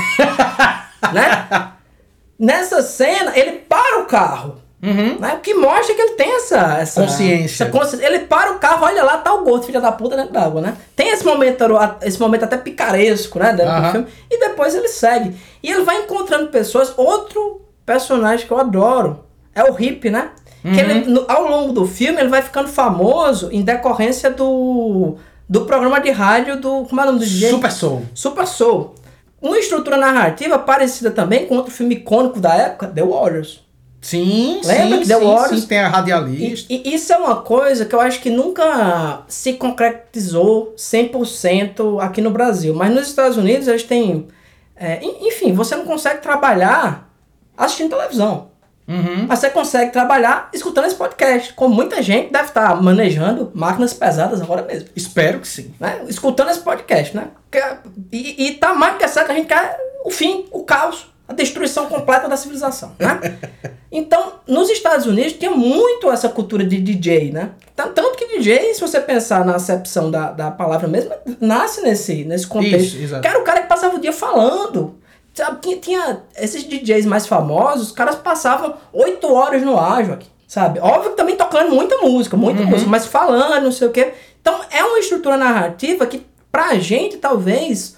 Speaker 3: Né? Nessa cena, ele para o carro. Né? O que mostra que ele tem essa
Speaker 4: Consciência.
Speaker 3: Ele para o carro, olha lá, tá o gordo, filho da puta, dentro d'água, né? Tem esse momento até picaresco, né? Dentro do filme. E depois ele segue. E ele vai encontrando pessoas. Outro personagem que eu adoro é o Hip, né? Que ele, ao longo do filme, ele vai ficando famoso em decorrência do programa de rádio do... Como é o nome do DJ? Super Soul. Uma estrutura narrativa parecida também com outro filme icônico da época, The Warriors.
Speaker 4: Sim,
Speaker 3: Lembra que The Warriors?
Speaker 4: Sim, tem a radialista.
Speaker 3: E isso é uma coisa que eu acho que nunca se concretizou 100% aqui no Brasil. Mas nos Estados Unidos eles têm... enfim, você não consegue trabalhar assistindo televisão. Mas você consegue trabalhar escutando esse podcast. Como muita gente deve estar manejando máquinas pesadas agora mesmo.
Speaker 4: Espero que sim.
Speaker 3: Né? Escutando esse podcast, né? E tá mais que certo que a gente quer o fim, o caos, a destruição completa da civilização, né? Então, nos Estados Unidos tinha muito essa cultura de DJ, né? Tanto que DJ, se você pensar na acepção da palavra mesmo, nasce nesse contexto.
Speaker 4: Isso, exato.
Speaker 3: Que era o cara que passava o dia falando. Sabe, tinha esses DJs mais famosos, os caras passavam 8 horas no ar, Joaquim, sabe? Óbvio que também tocando muita música, mas falando, não sei o quê. Então, é uma estrutura narrativa que, pra gente, talvez,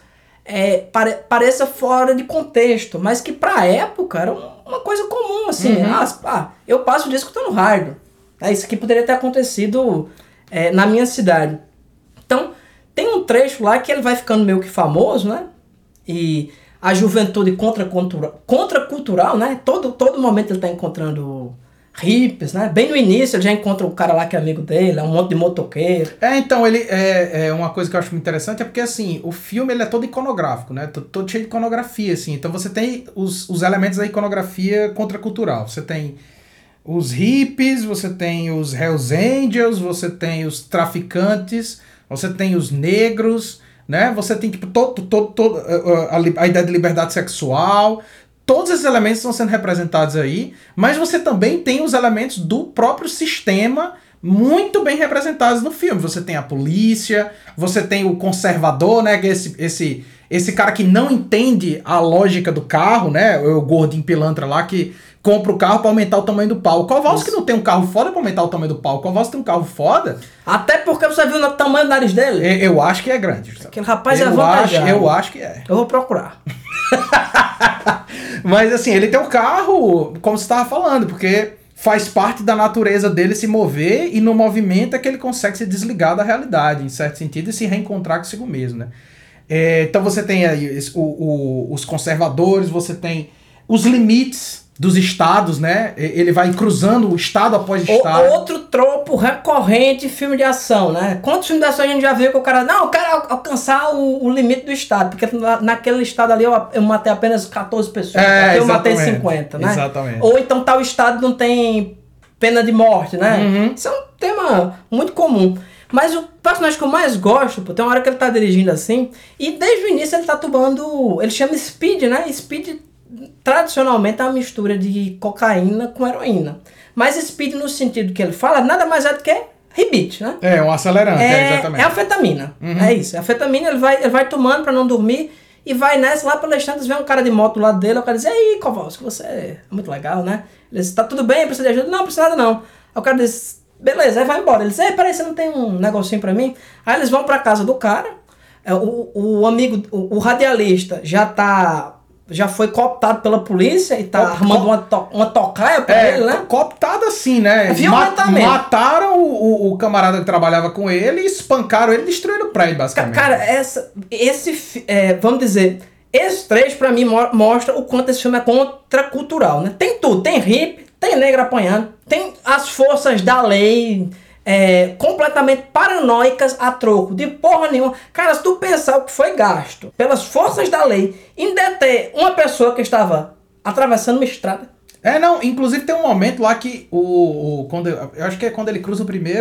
Speaker 3: pareça fora de contexto, mas que pra época era uma coisa comum, assim. Eu passo o dia escutando rádio. Isso aqui poderia ter acontecido na minha cidade. Então, tem um trecho lá que ele vai ficando meio que famoso, né? E a juventude contracultural, né? Todo momento ele tá encontrando hippies, né? Bem no início ele já encontra o cara lá que é amigo dele, é um monte de motoqueiro.
Speaker 4: Então, ele uma coisa que eu acho muito interessante é porque, assim, o filme ele é todo iconográfico, né? Todo cheio de iconografia, assim. Então você tem os elementos da iconografia contracultural. Você tem os hippies, você tem os Hells Angels, você tem os traficantes, você tem os negros, né? Você tem tipo a ideia de liberdade sexual. Todos esses elementos estão sendo representados aí, mas você também tem os elementos do próprio sistema muito bem representados no filme. Você tem a polícia, você tem o conservador, né? Que é esse cara que não entende a lógica do carro, né? O gordinho pilantra lá que compra o carro pra aumentar o tamanho do pau. O Kowalski não tem um carro foda pra aumentar o tamanho do pau. O Kowalski tem um carro foda.
Speaker 3: Até porque você viu o tamanho do nariz dele?
Speaker 4: Eu acho que é grande.
Speaker 3: Aquele rapaz é avantajado.
Speaker 4: Eu acho que é.
Speaker 3: Eu vou procurar.
Speaker 4: Mas assim, ele tem o carro, como você estava falando, porque faz parte da natureza dele se mover e no movimento é que ele consegue se desligar da realidade, em certo sentido, e se reencontrar consigo mesmo, né? Então você tem aí os conservadores, você tem os limites dos estados, né? Ele vai cruzando o estado após estado.
Speaker 3: Outro tropo recorrente em filme de ação, né? Quantos filmes de ação a gente já viu que o cara... Não, eu quero alcançar o limite do estado, porque naquele estado ali eu matei apenas 14 pessoas. Aqui eu matei 50, né?
Speaker 4: Exatamente.
Speaker 3: Ou então tal estado não tem pena de morte, né?
Speaker 4: Uhum.
Speaker 3: Isso é um tema muito comum. Mas o personagem que eu mais gosto, pô, tem uma hora que ele tá dirigindo assim, e desde o início ele tá tomando... Ele chama Speed, né? Speed... Tradicionalmente é uma mistura de cocaína com heroína. Mas speed no sentido que ele fala, nada mais é do que rebite, né?
Speaker 4: É, um acelerante, exatamente.
Speaker 3: É anfetamina.
Speaker 4: Uhum.
Speaker 3: É isso. A anfetamina ele vai tomando pra não dormir e vai nessa, lá pelas tantas, vem um cara de moto do lado dele, o cara diz, e aí, Kowalski, você é muito legal, né? Ele diz, tá tudo bem, precisa de ajuda? Não, precisa nada não. Aí o cara diz, beleza, aí vai embora. Ele diz, ei, peraí, você não tem um negocinho pra mim? Aí eles vão pra casa do cara, o amigo, o radialista já foi cooptado pela polícia e tá armando uma tocaia pra ele, né?
Speaker 4: Cooptado assim, né?
Speaker 3: Violentamente.
Speaker 4: Mataram o camarada que trabalhava com ele, espancaram ele e destruíram o prédio, basicamente.
Speaker 3: Cara, vamos dizer, esses três pra mim mostram o quanto esse filme é contracultural, né? Tem tudo, tem hippie, tem negro apanhando, tem as forças da lei... completamente paranoicas a troco de porra nenhuma. Cara, se tu pensar o que foi gasto pelas forças da lei em deter uma pessoa que estava atravessando uma estrada.
Speaker 4: Não, inclusive tem um momento lá que quando, eu acho que é quando ele cruza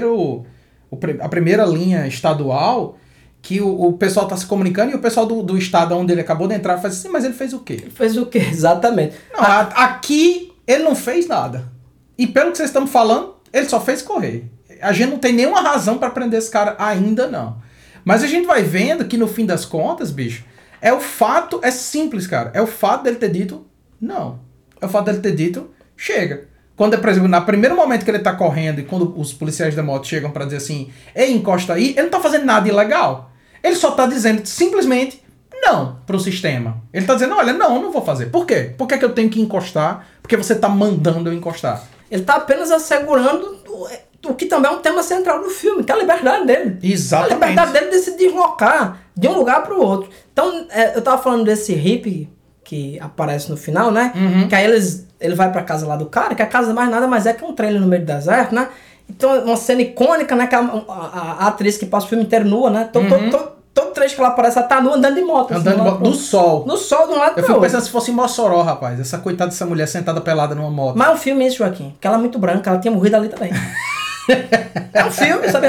Speaker 4: a primeira linha estadual, que o pessoal tá se comunicando e o pessoal do estado onde ele acabou de entrar faz assim, mas ele fez o quê?
Speaker 3: Ele fez o quê? Exatamente.
Speaker 4: Não, aqui ele não fez nada. E pelo que vocês estão falando, ele só fez correr. A gente não tem nenhuma razão pra prender esse cara ainda, não. Mas a gente vai vendo que no fim das contas, bicho, é simples, cara. É o fato dele ter dito, não. É o fato dele ter dito, chega. Quando, por exemplo, no primeiro momento que ele tá correndo e quando os policiais da moto chegam pra dizer assim, ei, encosta aí, ele não tá fazendo nada ilegal. Ele só tá dizendo simplesmente não pro sistema. Ele tá dizendo, olha, não vou fazer. Por quê? Por que eu tenho que encostar? Porque você tá mandando eu encostar.
Speaker 3: Ele tá apenas assegurando o que também é um tema central do filme, que é a liberdade dele.
Speaker 4: Exatamente.
Speaker 3: A liberdade dele de se deslocar de um lugar para o outro. Então, eu tava falando desse hippie que aparece no final, né?
Speaker 4: Uhum.
Speaker 3: Que aí ele vai pra casa lá do cara, que a casa mais nada mais é que um trailer no meio do deserto, né? Então, uma cena icônica, né? Que a atriz que passa o filme inteiro nua, né? Todo trecho que ela aparece, ela tá nua andando de moto.
Speaker 4: Andando de moto, no sol.
Speaker 3: No sol, de um lado pro
Speaker 4: outro. Eu fico
Speaker 3: outro.
Speaker 4: pensando se fosse em Mossoró, rapaz. Essa coitada dessa mulher sentada pelada numa moto.
Speaker 3: Mas é um filme isso, Joaquim. Porque ela é muito branca, ela tinha morrido ali também. É um filme, sabe?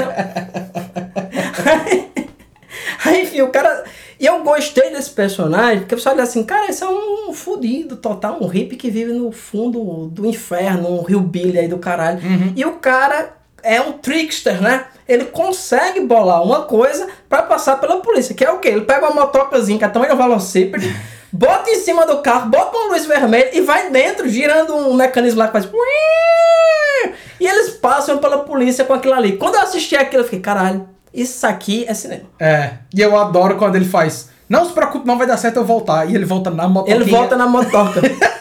Speaker 3: Aí, enfim, o cara... E eu gostei desse personagem, porque você olha assim, cara, esse é um fudido total, um hippie que vive no fundo do inferno, um hillbilly aí do caralho. Uhum. E o cara é um trickster, né? Ele consegue bolar uma coisa pra passar pela polícia, que é o quê? Ele pega uma motocazinha, que é tamanho do velocípede, bota em cima do carro, bota uma luz vermelha e vai dentro, girando um mecanismo lá que faz... E eles passam pela polícia com aquilo ali. Quando eu assisti aquilo, eu fiquei, caralho, isso aqui é cinema.
Speaker 4: E eu adoro quando ele faz, não se preocupe, não vai dar certo eu voltar. E ele volta na motoquinha.
Speaker 3: Ele volta na motoca.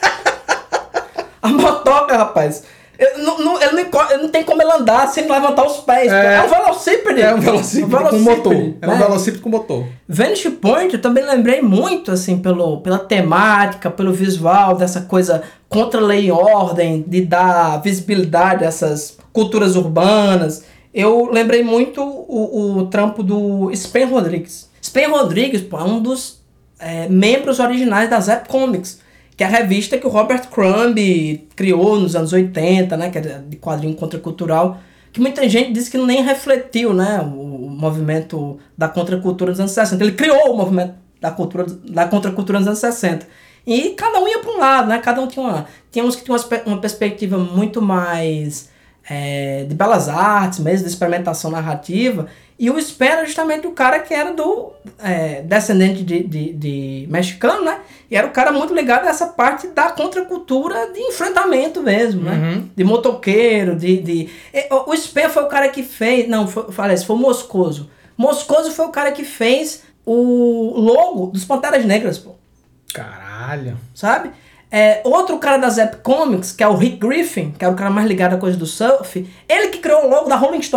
Speaker 3: A motoca, rapaz, ele não tem como ele andar sem levantar os pés. É um velocípede.
Speaker 4: É um velocípede com motor. É um velocípede com motor.
Speaker 3: Vanishing Point, eu também lembrei muito, assim, pela temática, pelo visual, dessa coisa contra lei e ordem, de dar visibilidade a essas culturas urbanas. Eu lembrei muito o trampo do Spen Rodrigues. Spen Rodrigues, pô, é um dos membros originais da Zap Comics, que é a revista que o Robert Crumb criou nos anos 80, né, que é de quadrinho contracultural, que muita gente disse que nem refletiu, né, o movimento da contracultura dos anos 60. Ele criou o movimento da contracultura nos anos 60. E cada um ia para um lado, né, cada um tinha uns que tinham uma perspectiva muito mais de belas artes mesmo, de experimentação narrativa, e o Spen era justamente o cara que era descendente de mexicano, né? E era o cara muito ligado a essa parte da contracultura de enfrentamento mesmo, né?
Speaker 4: Uhum.
Speaker 3: De motoqueiro, o Spen foi o cara que fez... Não, foi o Moscoso. Moscoso foi o cara que fez o logo dos Panteras Negras, pô.
Speaker 4: Caralho.
Speaker 3: Sabe? Outro cara da Zap Comics, que é o Rick Griffin, que era o cara mais ligado à coisa do surf, ele que criou o logo da Rolling Stones.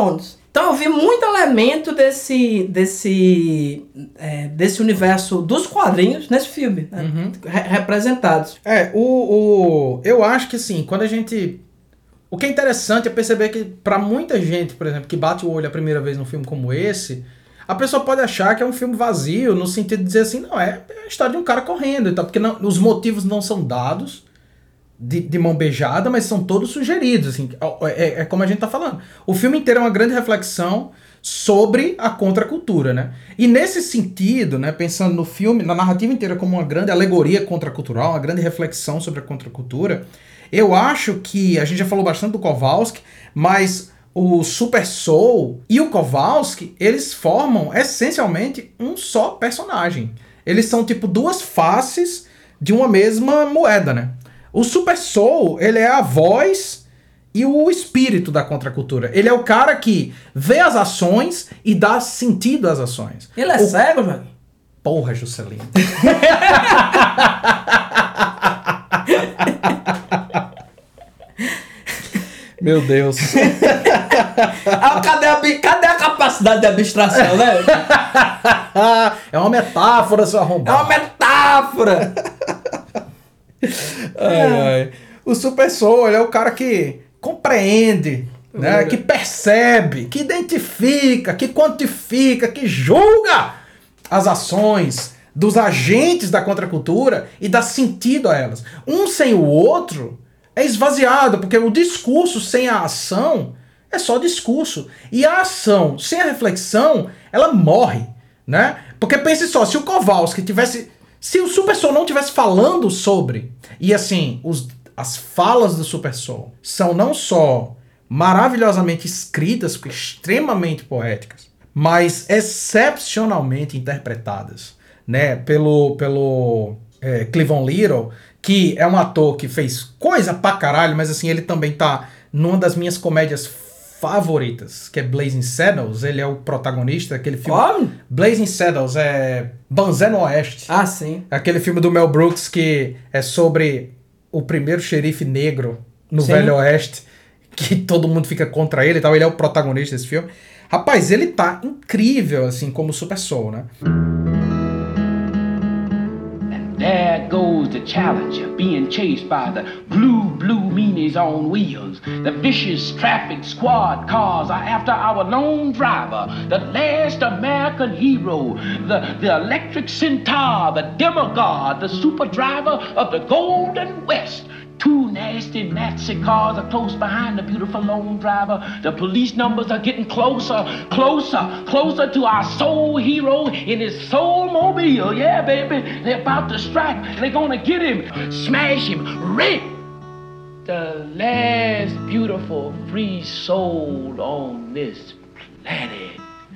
Speaker 3: Então eu vi muito elemento desse universo dos quadrinhos nesse filme, né? Representados.
Speaker 4: Eu acho que assim, quando a gente... O que é interessante é perceber que pra muita gente, por exemplo, que bate o olho a primeira vez num filme como esse, a pessoa pode achar que é um filme vazio, no sentido de dizer assim, não, é a história de um cara correndo e tal, porque os motivos não são dados de mão beijada, mas são todos sugeridos, assim, é como a gente tá falando. O filme inteiro é uma grande reflexão sobre a contracultura, né? E nesse sentido, né, pensando no filme, na narrativa inteira como uma grande alegoria contracultural, uma grande reflexão sobre a contracultura, eu acho que, a gente já falou bastante do Kowalski, mas o Super Soul e o Kowalski, eles formam essencialmente um só personagem. Eles são tipo duas faces de uma mesma moeda, né? O Super Soul, ele é a voz e o espírito da contracultura. Ele é o cara que vê as ações e dá sentido às ações.
Speaker 3: Ele é cego, Joaquim?
Speaker 4: Porra, Juscelino. Meu Deus.
Speaker 3: Cadê a capacidade de abstração, né?
Speaker 4: É uma metáfora, seu arrombado.
Speaker 3: É uma metáfora!
Speaker 4: Ai. O Super Soul, ele é o cara que compreende, né? Que percebe, que identifica, que quantifica, que julga as ações dos agentes da contracultura e dá sentido a elas. Um sem o outro é esvaziado, porque o discurso sem a ação é só discurso. E a ação sem a reflexão, ela morre, né? Porque pense só, se o Kowalski tivesse... Se o Super Soul não tivesse falando sobre... E assim, as falas do Super Soul são não só maravilhosamente escritas, porque extremamente poéticas, mas excepcionalmente interpretadas, né? Pelo Cleavon Little, que é um ator que fez coisa pra caralho, mas assim, ele também tá numa das minhas comédias favoritas, que é Blazing Saddles. Ele é o protagonista daquele filme.
Speaker 3: Como?
Speaker 4: Blazing Saddles é Banzé no Oeste.
Speaker 3: Ah, sim.
Speaker 4: Aquele filme do Mel Brooks que é sobre o primeiro xerife negro no
Speaker 3: Sim.
Speaker 4: Velho Oeste, que todo mundo fica contra ele e tal. Ele é o protagonista desse filme. Rapaz, ele tá incrível, assim, como Super Soul, né?
Speaker 2: There goes the Challenger being chased by the blue meanies on wheels. The vicious traffic squad cars are after our lone driver, the last American hero, the electric centaur, the demigod, the super driver of the Golden West. Two nasty Nazi cars are close behind the beautiful lone driver. The police numbers are getting closer, closer to our soul hero in his soul mobile. Yeah, baby, they're about to strike. They're gonna get him, smash him, rip the last beautiful free soul on this planet.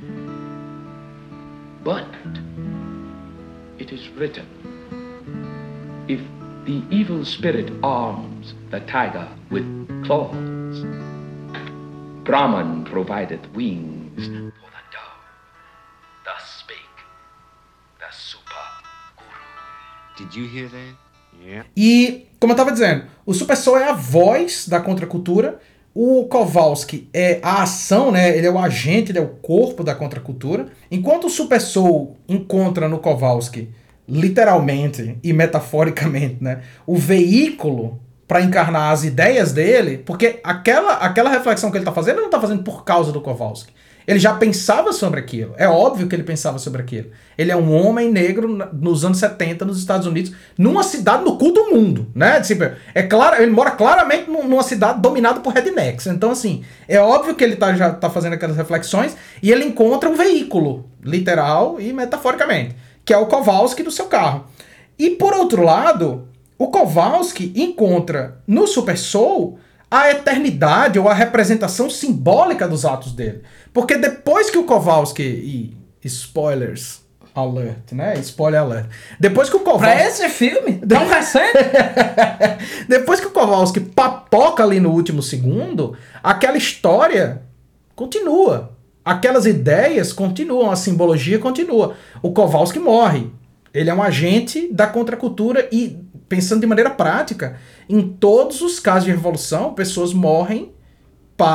Speaker 2: But it is written, if the evil spirit arms the tiger with claws, Brahman provided wings for the dove. Thus spake the Super Guru.
Speaker 1: Did you hear that? Yeah.
Speaker 4: E, como eu tava dizendo, o Super Soul é a voz da contracultura, o Kowalski é a ação, né? Ele é o agente, ele é o corpo da contracultura. Enquanto o Super Soul encontra no Kowalski, literalmente e metaforicamente, né, o veículo para encarnar as ideias dele, porque aquela reflexão que ele tá fazendo, ele não tá fazendo por causa do Kowalski. Ele já pensava sobre aquilo. É óbvio que ele pensava sobre aquilo. Ele é um homem negro nos anos 70 nos Estados Unidos, numa cidade no cu do mundo, né? Tipo, é claro, ele mora claramente numa cidade dominada por rednecks. Então, assim, é óbvio que ele já tá fazendo aquelas reflexões e ele encontra um veículo, literal e metaforicamente, que é o Kowalski do seu carro. E, por outro lado, o Kowalski encontra no Super Soul a eternidade ou a representação simbólica dos atos dele. Porque depois que o Kowalski... E spoilers alert, né? Spoiler alert. Depois que o Kowalski...
Speaker 3: Pra esse filme? Tão recente?
Speaker 4: Depois que o Kowalski papoca ali no último segundo, aquela história continua. Aquelas ideias continuam, a simbologia continua. O Kowalski morre. Ele é um agente da contracultura e, pensando de maneira prática, em todos os casos de revolução, pessoas morrem para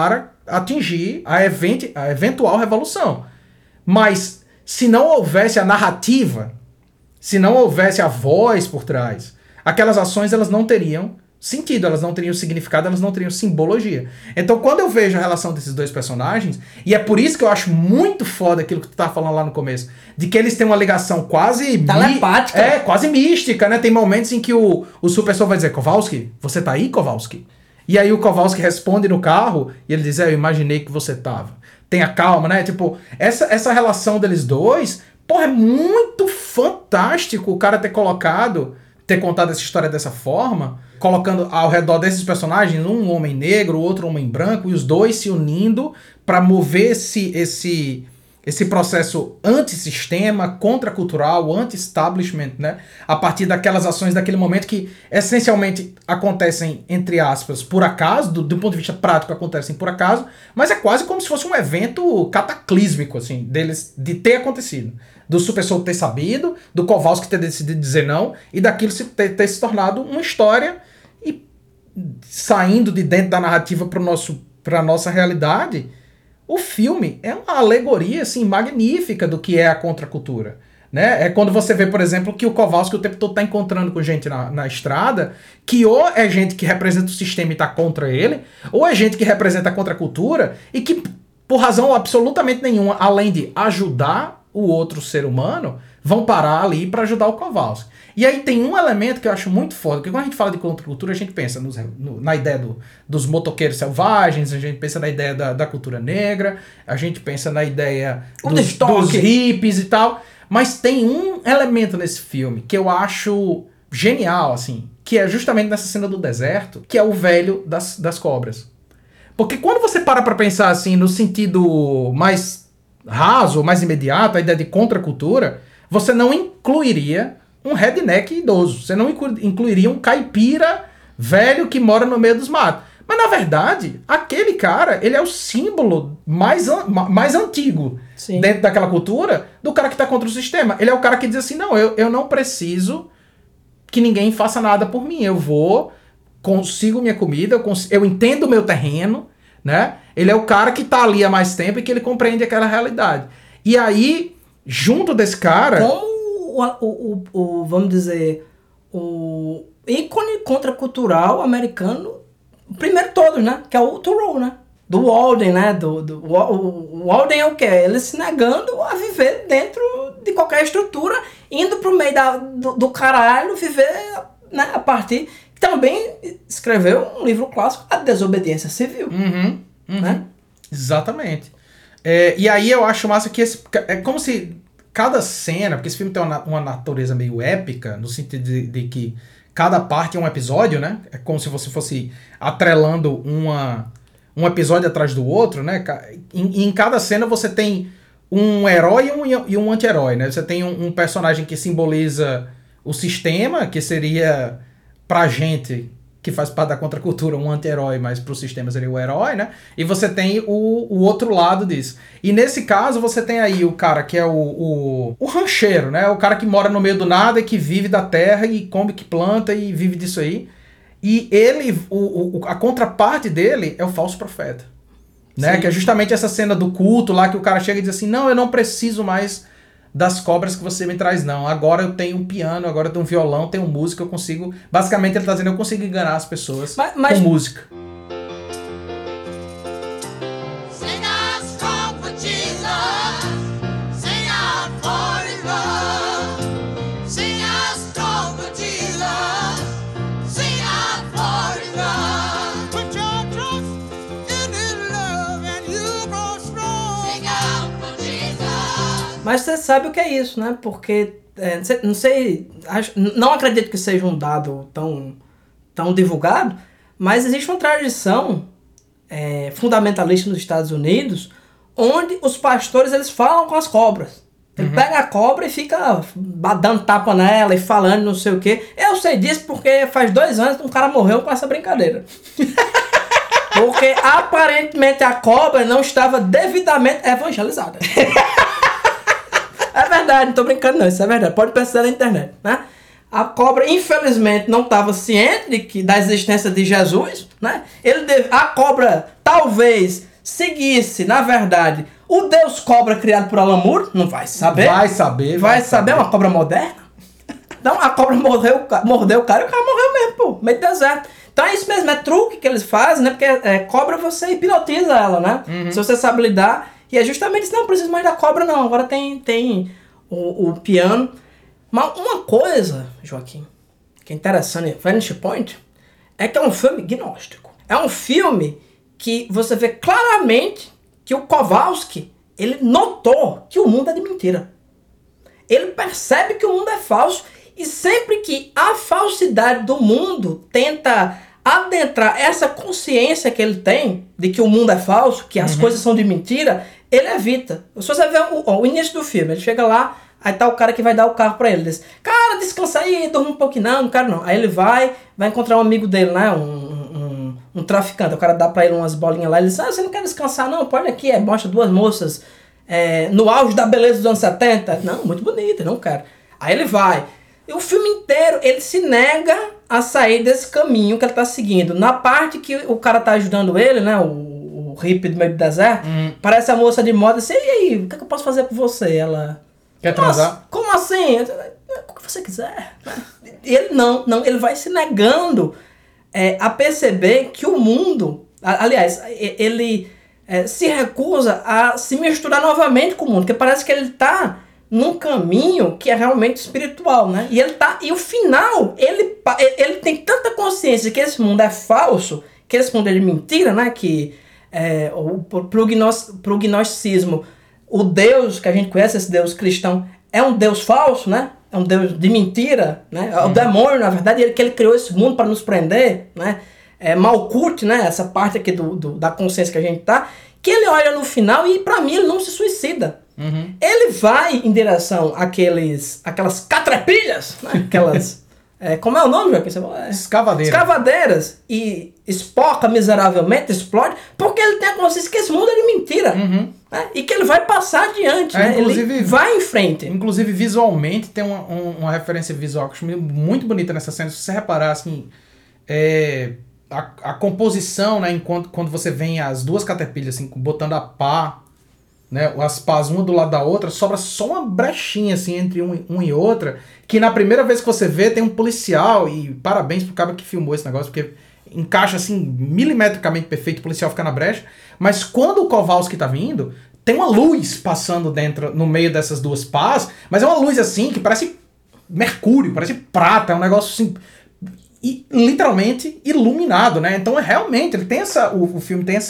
Speaker 4: atingir a eventual revolução. Mas se não houvesse a narrativa, se não houvesse a voz por trás, aquelas ações elas não teriam sentido, elas não teriam significado, elas não teriam simbologia. Então quando eu vejo a relação desses dois personagens, e é por isso que eu acho muito foda aquilo que tu tava falando lá no começo, de que eles têm uma ligação quase...
Speaker 3: telepática.
Speaker 4: Quase mística, né? Tem momentos em que o Super Soul vai dizer, Kowalski, você tá aí, Kowalski? E aí o Kowalski responde no carro, e ele diz, eu imaginei que você tava. Tenha calma, né? Tipo, essa relação deles dois, porra, é muito fantástico o cara ter contado essa história dessa forma, colocando ao redor desses personagens um homem negro, outro homem branco, e os dois se unindo para mover esse processo antissistema, contracultural, anti-establishment, né? A partir daquelas ações daquele momento que essencialmente acontecem, entre aspas, por acaso, do ponto de vista prático acontecem por acaso, mas é quase como se fosse um evento cataclísmico, assim, deles, de ter acontecido. Do Super Soul ter sabido, do Kowalski ter decidido dizer não, e daquilo ter se tornado uma história e saindo de dentro da narrativa para a nossa realidade. O filme é uma alegoria assim, magnífica do que é a contracultura. Né? É quando você vê, por exemplo, que o Kowalski o tempo todo está encontrando com gente na estrada, que ou é gente que representa o sistema e está contra ele, ou é gente que representa a contracultura e que, por razão absolutamente nenhuma, além de ajudar o outro ser humano, vão parar ali para ajudar o Kowalski. E aí tem um elemento que eu acho muito foda, porque quando a gente fala de contracultura, a gente pensa na ideia dos motoqueiros selvagens, a gente pensa na ideia da cultura negra, a gente pensa na ideia dos hippies e tal, mas tem um elemento nesse filme que eu acho genial, assim, que é justamente nessa cena do deserto, que é o velho das cobras. Porque quando você para pra pensar assim, no sentido mais raso, mais imediato, a ideia de contracultura, você não incluiria um redneck idoso. Você não incluiria um caipira velho que mora no meio dos matos. Mas, na verdade, aquele cara, ele é o símbolo mais antigo dentro daquela cultura do cara que está contra o sistema. Ele é o cara que diz assim, não, eu não preciso que ninguém faça nada por mim. Eu consigo minha comida, eu entendo o meu terreno, né? Ele é o cara que está ali há mais tempo e que ele compreende aquela realidade. E aí, junto desse cara...
Speaker 3: vamos dizer, o ícone contracultural americano, primeiro todos, né? Que é o Thoreau, né? Do Walden, né? O Walden é o quê? Ele se negando a viver dentro de qualquer estrutura, indo pro meio do caralho, viver, né? A partir... Também escreveu um livro clássico, A Desobediência Civil. Né?
Speaker 4: Exatamente. E aí eu acho massa que é como se cada cena, porque esse filme tem uma natureza meio épica, no sentido de que cada parte é um episódio, né? É como se você fosse atrelando um episódio atrás do outro, né? E em cada cena você tem um herói e um anti-herói, né? Você tem um personagem que simboliza o sistema, que seria, pra gente que faz parte da contracultura, um anti-herói, mas pro sistema seria o herói, né? E você tem o outro lado disso. E nesse caso, você tem aí o cara que é o rancheiro, né? O cara que mora no meio do nada e que vive da terra e come, que planta e vive disso aí. E ele, a contraparte dele é o falso profeta, né? Sim. Que é justamente essa cena do culto lá que o cara chega e diz assim, não, eu não preciso mais das cobras que você me traz, não. Agora eu tenho um piano, agora eu tenho um violão, tenho música, eu consigo... Basicamente ele tá dizendo, eu consigo enganar as pessoas com música.
Speaker 3: Mas você sabe o que é isso, né? Porque, não sei, não acredito que seja um dado tão divulgado, mas existe uma tradição fundamentalista nos Estados Unidos, onde os pastores eles falam com as cobras. Ele pega a cobra e fica dando tapa nela e falando não sei o quê. Eu sei disso porque faz 2 anos que um cara morreu com essa brincadeira. Porque aparentemente a cobra não estava devidamente evangelizada. É verdade, não tô brincando não, isso é verdade, pode pesquisar na internet, né? A cobra, infelizmente, não estava ciente da existência de Jesus, né? A cobra, talvez, seguisse, na verdade, o Deus Cobra criado por Alan Moore, não vai saber.
Speaker 4: Vai saber.
Speaker 3: Vai saber, uma cobra moderna? Então a cobra mordeu o cara e o cara morreu mesmo, pô, meio do deserto. Então é isso mesmo, é truque que eles fazem, né? Porque cobra você hipnotiza ela, né? Se você sabe lidar. E é justamente isso, não preciso mais da cobra não, agora tem o piano. Mas uma coisa, Joaquim, que é interessante, Vanishing Point, é que é um filme gnóstico. É um filme que você vê claramente que o Kowalski, ele notou que o mundo é de mentira. Ele percebe que o mundo é falso e sempre que a falsidade do mundo tenta adentrar essa consciência que ele tem de que o mundo é falso, que as coisas são de mentira, ele evita. Se você ver o início do filme, ele chega lá, aí tá o cara que vai dar o carro pra ele. Diz, cara, descansa aí, dorme um pouquinho. Não quero não. Aí ele vai encontrar um amigo dele, né? Um traficante. O cara dá pra ele umas bolinhas lá. Ele diz, você não quer descansar não? Pode aqui. Mostra duas moças no auge da beleza dos anos 70. Não, muito bonita, não quero. Aí ele vai. E o filme inteiro, ele se nega a sair desse caminho que ele tá seguindo. Na parte que o cara tá ajudando ele, né? O hippie do meio do deserto. Parece a moça de moda. Assim, e aí, o que eu posso fazer por você? Ela...
Speaker 4: Quer transar?
Speaker 3: Como assim? O que você quiser. E ele não, ele vai se negando a perceber que o mundo, aliás, ele se recusa a se misturar novamente com o mundo, porque parece que ele está num caminho que é realmente espiritual, né? E o final, ele tem tanta consciência que esse mundo é falso, que esse mundo é de mentira, né? Que pro gnosticismo, o Deus que a gente conhece, esse Deus cristão, é um Deus falso, né? É um Deus de mentira, né? É o demônio, na verdade, que ele criou esse mundo para nos prender, né? Malkuth, né? Essa parte aqui da consciência que a gente tá, que ele olha no final e, para mim, ele não se suicida. Ele vai em direção àquelas catrepilhas, né? Aquelas... como é o nome, Joaquim? Escavadeiras. E espoca miseravelmente, explode, porque ele tem a consciência que esse mundo é de mentira. Né? E que ele vai passar adiante, né? Ele vai em frente.
Speaker 4: Inclusive, visualmente, tem uma referência visual que eu acho muito bonita nessa cena. Se você reparar, assim, a composição, né? Quando você vê as duas caterpillas, assim, botando a pá, né, as pás uma do lado da outra, sobra só uma brechinha assim entre um e outra, que na primeira vez que você vê tem um policial, e parabéns pro cara que filmou esse negócio, porque encaixa assim milimetricamente perfeito, o policial fica na brecha, mas quando o Kowalski tá vindo, tem uma luz passando no meio dessas duas pás, mas é uma luz assim que parece mercúrio, parece prata, é um negócio assim literalmente iluminado, né? Então realmente ele tem o filme tem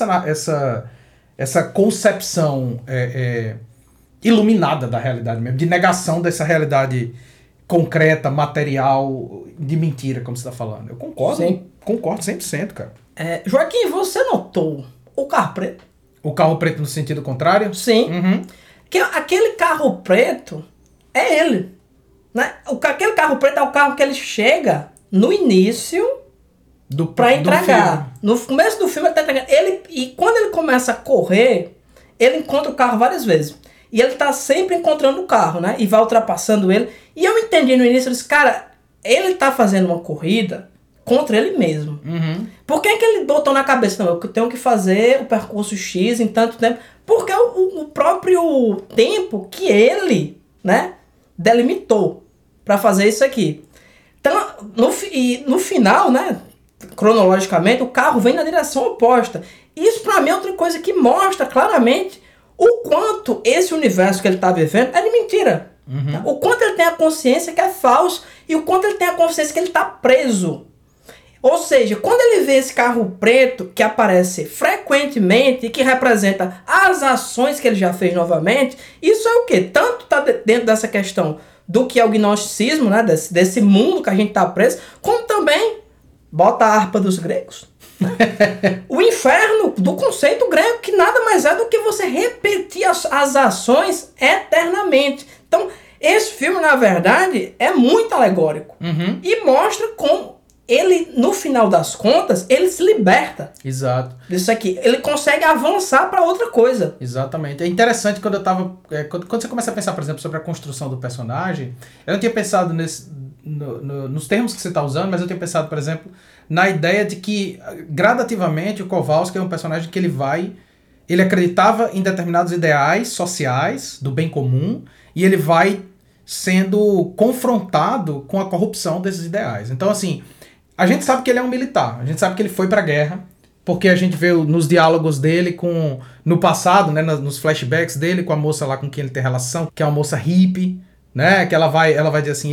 Speaker 4: essa concepção iluminada da realidade mesmo, de negação dessa realidade concreta, material, de mentira, como você está falando. Eu concordo. Sim. Concordo 100%, cara.
Speaker 3: Joaquim, você notou o carro preto?
Speaker 4: O carro preto no sentido contrário?
Speaker 3: Sim. Que aquele carro preto é ele. Né? Aquele carro preto é o carro que ele chega no início... Pra entregar. No começo do filme ele tá entregando. E quando ele começa a correr, ele encontra o carro várias vezes. E ele tá sempre encontrando o carro, né? E vai ultrapassando ele. E eu entendi no início, eu disse, cara, ele tá fazendo uma corrida contra ele mesmo. Por que ele botou na cabeça? Não, eu tenho que fazer o percurso X em tanto tempo. Porque o próprio tempo que ele, né, delimitou pra fazer isso aqui. Então, no final, né, cronologicamente, o carro vem na direção oposta. Isso pra mim é outra coisa que mostra claramente o quanto esse universo que ele tá vivendo é de mentira. Tá? O quanto ele tem a consciência que é falso e o quanto ele tem a consciência que ele tá preso. Ou seja, quando ele vê esse carro preto que aparece frequentemente e que representa as ações que ele já fez novamente, isso é o quê? Tanto tá dentro dessa questão do que é o gnosticismo, né? desse mundo que a gente tá preso, como também bota a harpa dos gregos. Né? O inferno do conceito grego, que nada mais é do que você repetir as ações eternamente. Então, esse filme, na verdade, é muito alegórico. E mostra como ele, no final das contas, ele se liberta.
Speaker 4: Exato.
Speaker 3: Disso aqui. Ele consegue avançar para outra coisa.
Speaker 4: Exatamente. É interessante quando eu tava... Quando você começa a pensar, por exemplo, sobre a construção do personagem, eu não tinha pensado nos termos que você está usando, mas eu tenho pensado, por exemplo, na ideia de que, gradativamente, o Kowalski é um personagem que ele vai ele acreditava em determinados ideais sociais, do bem comum, e ele vai sendo confrontado com a corrupção desses ideais. Então, assim, a gente sabe que ele é um militar, a gente sabe que ele foi pra guerra, porque a gente vê nos diálogos dele no passado, né, nos flashbacks dele com a moça lá com quem ele tem relação, que é uma moça hippie, né, que ela vai dizer assim,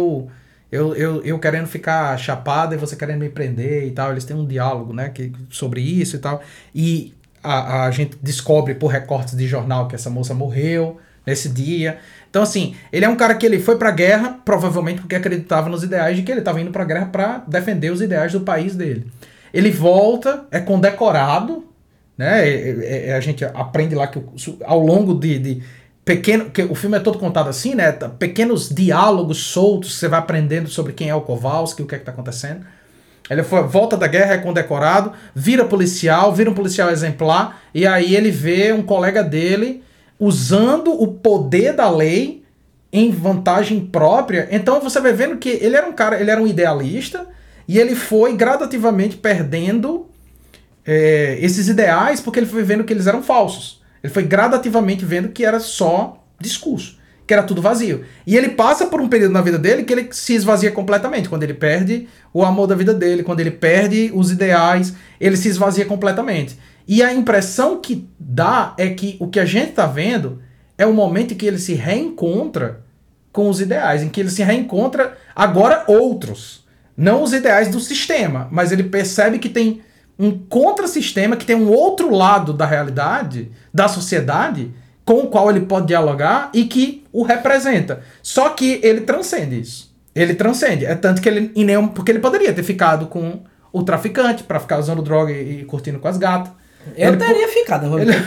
Speaker 4: eu querendo ficar chapada e você querendo me prender e tal. Eles têm um diálogo, né, sobre isso e tal. E a gente descobre por recortes de jornal que essa moça morreu nesse dia. Então, assim, ele é um cara que ele foi pra guerra, provavelmente porque acreditava nos ideais de que ele estava indo pra guerra para defender os ideais do país dele. Ele volta, é condecorado, né? A gente aprende lá que ao longo de pequeno, que o filme é todo contado assim, né? Pequenos diálogos soltos, você vai aprendendo sobre quem é o Kowalski, o que é que tá acontecendo. Ele volta da guerra, é condecorado, vira um policial exemplar, e aí ele vê um colega dele usando o poder da lei em vantagem própria. Então você vai vendo que ele era um idealista, e ele foi gradativamente perdendo esses ideais, porque ele foi vendo que eles eram falsos. Ele foi gradativamente vendo que era só discurso, que era tudo vazio. E ele passa por um período na vida dele que ele se esvazia completamente. Quando ele perde o amor da vida dele, quando ele perde os ideais, ele se esvazia completamente. E a impressão que dá é que o que a gente está vendo é o momento em que ele se reencontra com os ideais, em que ele se reencontra agora outros. Não os ideais do sistema, mas ele percebe que tem um contra-sistema, que tem um outro lado da realidade, da sociedade, com o qual ele pode dialogar e que o representa. Só que ele transcende isso. Ele transcende. É tanto que ele, porque ele poderia ter ficado com o traficante para ficar usando droga e curtindo com as gatas.
Speaker 3: Eu teria ficado.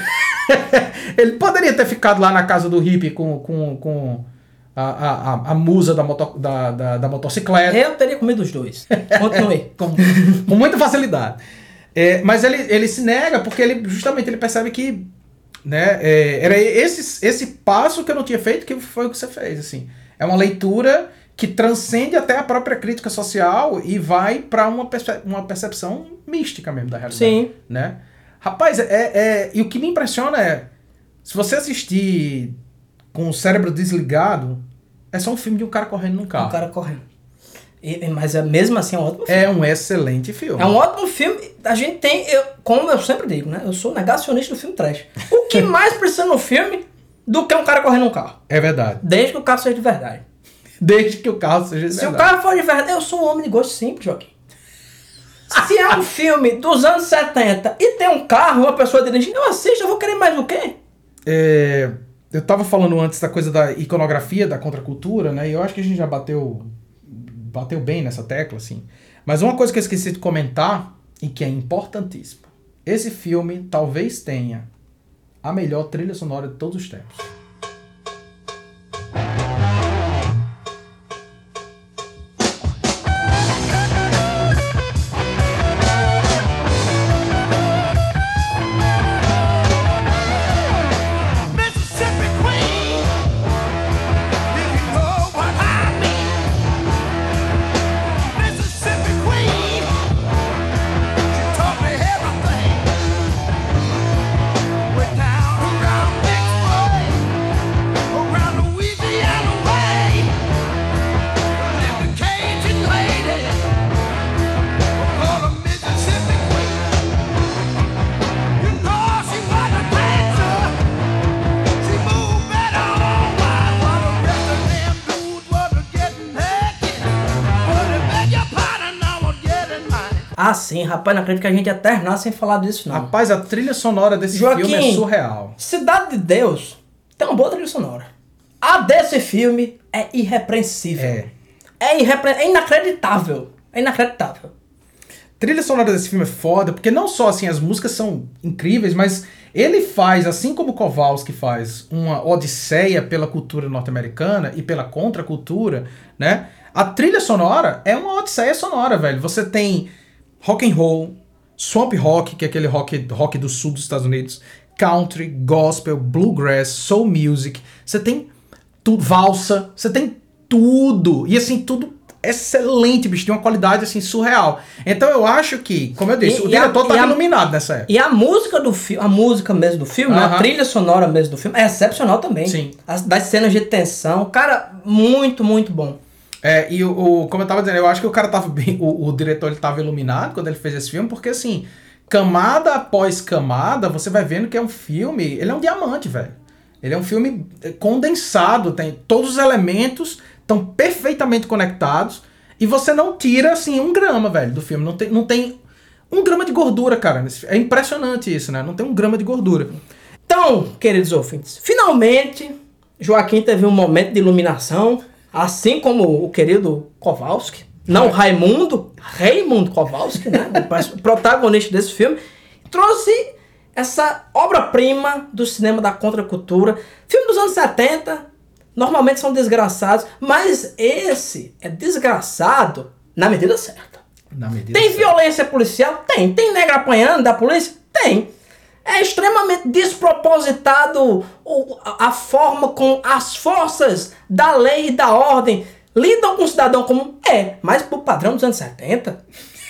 Speaker 4: Ele poderia ter ficado lá na casa do hippie com a musa da motocicleta.
Speaker 3: Eu teria comido os dois. Continue.
Speaker 4: com muita facilidade. Mas ele se nega porque ele percebe que, né, era esse passo que eu não tinha feito, que foi o que você fez. Assim. É uma leitura que transcende até a própria crítica social e vai para uma percepção mística mesmo da realidade.
Speaker 3: Sim.
Speaker 4: Né? Rapaz, e o que me impressiona é, se você assistir com o cérebro desligado, é só um filme de um cara correndo num carro.
Speaker 3: Um cara correndo. Mas mesmo assim é um ótimo filme.
Speaker 4: É um excelente filme.
Speaker 3: É um ótimo filme. A gente tem, como eu sempre digo, né? Eu sou negacionista do filme trash. O que mais precisa no filme do que um cara correndo num carro?
Speaker 4: É verdade.
Speaker 3: Desde que o carro seja de verdade.
Speaker 4: Desde que o carro seja de
Speaker 3: Se
Speaker 4: verdade.
Speaker 3: o carro for de verdade, eu sou um homem de gosto simples, Joaquim. Se é um filme dos anos 70 e tem um carro e uma pessoa dirigindo, eu assisto, eu vou querer mais o quê?
Speaker 4: Eu tava falando antes da coisa da iconografia, da contracultura, né? E eu acho que a gente já bateu bem nessa tecla, assim. Mas uma coisa que eu esqueci de comentar, e que é importantíssima. Esse filme talvez tenha a melhor trilha sonora de todos os tempos.
Speaker 3: Ah, sim, rapaz, não acredito que a gente ia terminar sem falar disso, não.
Speaker 4: Rapaz, a trilha sonora desse
Speaker 3: Joaquim,
Speaker 4: filme é surreal.
Speaker 3: Cidade de Deus tem uma boa trilha sonora. A desse filme é irrepreensível. É inacreditável. É inacreditável.
Speaker 4: Trilha sonora desse filme é foda, porque não só assim as músicas são incríveis, mas ele faz, assim como Kowalski faz, uma odisseia pela cultura norte-americana e pela contracultura, né? A trilha sonora é uma odisseia sonora, velho. Você tem rock and roll, swamp rock, que é aquele rock do sul dos Estados Unidos, country, gospel, bluegrass, soul music. Você tem tudo, valsa, você tem tudo. E assim, tudo excelente, bicho, de uma qualidade assim surreal. Então eu acho que, como eu disse, o diretor tá iluminado nessa época.
Speaker 3: E a música do filme, a música mesmo do filme, a trilha sonora mesmo do filme é excepcional também.
Speaker 4: Sim.
Speaker 3: Das cenas de tensão, cara, muito, muito bom.
Speaker 4: E como eu tava dizendo, eu acho que o cara tava bem, o diretor ele tava iluminado quando ele fez esse filme, porque assim, camada após camada, você vai vendo que é um filme, ele é um diamante, velho. Ele é um filme condensado, tem todos os elementos estão perfeitamente conectados e você não tira, assim, 1 grama, velho, do filme. Não tem 1 grama de gordura, cara. É impressionante isso, né? Não tem 1 grama de gordura.
Speaker 3: Então, queridos ouvintes, finalmente Joaquim teve um momento de iluminação, assim como o querido Kowalski, não Raimundo Kowalski, né? O protagonista desse filme, trouxe essa obra-prima do cinema da contracultura. Filme dos anos 70, normalmente são desgraçados, mas esse é desgraçado na medida certa. Tem violência policial? Tem. Tem negra apanhando da polícia? Tem. É extremamente despropositado a forma com as forças da lei e da ordem lidam com o cidadão comum? Mas pro padrão dos anos 70...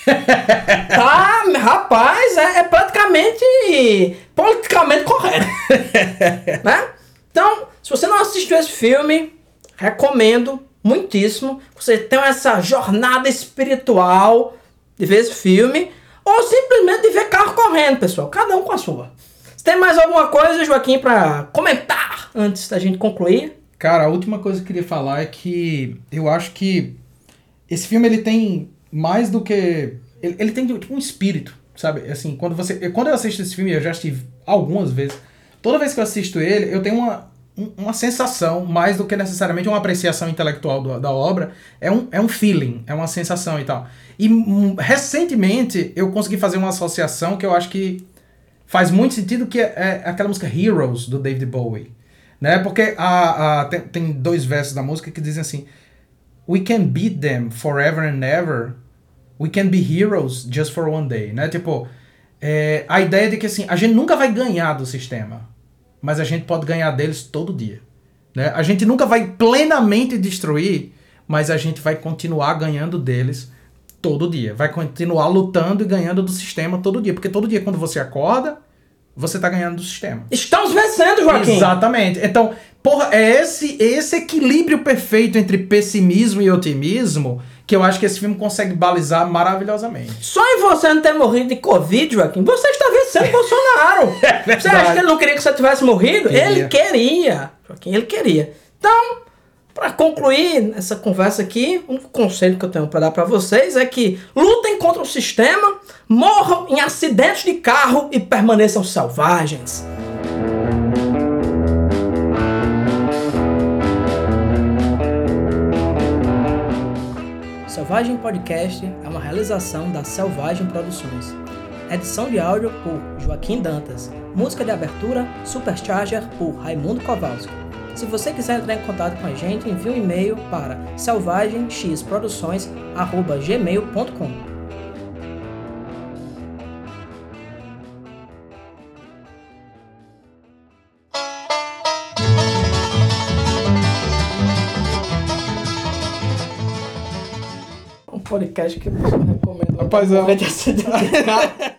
Speaker 3: tá, rapaz, é praticamente politicamente correto. Né? Então, se você não assistiu esse filme, recomendo muitíssimo. Você tem essa jornada espiritual de ver esse filme, ou simplesmente de ver carro correndo, pessoal. Cada um com a sua. Você tem mais alguma coisa, Joaquim, pra comentar antes da gente concluir?
Speaker 4: Cara, a última coisa que eu queria falar é que eu acho que esse filme ele tem mais do que... Ele tem tipo um espírito, sabe? Assim, quando eu assisto esse filme, eu já assisti algumas vezes, toda vez que eu assisto ele, eu tenho uma sensação, mais do que necessariamente uma apreciação intelectual da obra, é um feeling, é uma sensação e tal. E recentemente eu consegui fazer uma associação que eu acho que faz muito sentido, que é aquela música Heroes, do David Bowie. Né? Porque tem 2 versos da música que dizem assim: We can beat them forever and ever. We can be heroes just for one day. Né? Tipo, a ideia de que assim, a gente nunca vai ganhar do sistema, mas a gente pode ganhar deles todo dia. Né? A gente nunca vai plenamente destruir, mas a gente vai continuar ganhando deles todo dia. Vai continuar lutando e ganhando do sistema todo dia. Porque todo dia quando você acorda, você tá ganhando do sistema.
Speaker 3: Estamos vencendo, Joaquim!
Speaker 4: Exatamente. Então, porra, é esse equilíbrio perfeito entre pessimismo e otimismo que eu acho que esse filme consegue balizar maravilhosamente.
Speaker 3: Só em você não ter morrido de Covid, Joaquim, você está vencendo Bolsonaro. Você acha que ele não queria que você tivesse morrido? Ele queria, Joaquim, ele queria. Então, para concluir essa conversa aqui, um conselho que eu tenho para dar para vocês é que lutem contra o sistema, morram em acidentes de carro e permaneçam selvagens. Selvagem Podcast é uma realização da Selvagem Produções. Edição de áudio por Joaquim Dantas. Música de abertura Supercharger por Raimundo Kowalski. Se você quiser entrar em contato com a gente, envie um e-mail para selvagemxproduções@gmail.com. Um podcast que eu recomendo.
Speaker 4: Rapaz,
Speaker 3: Acidente.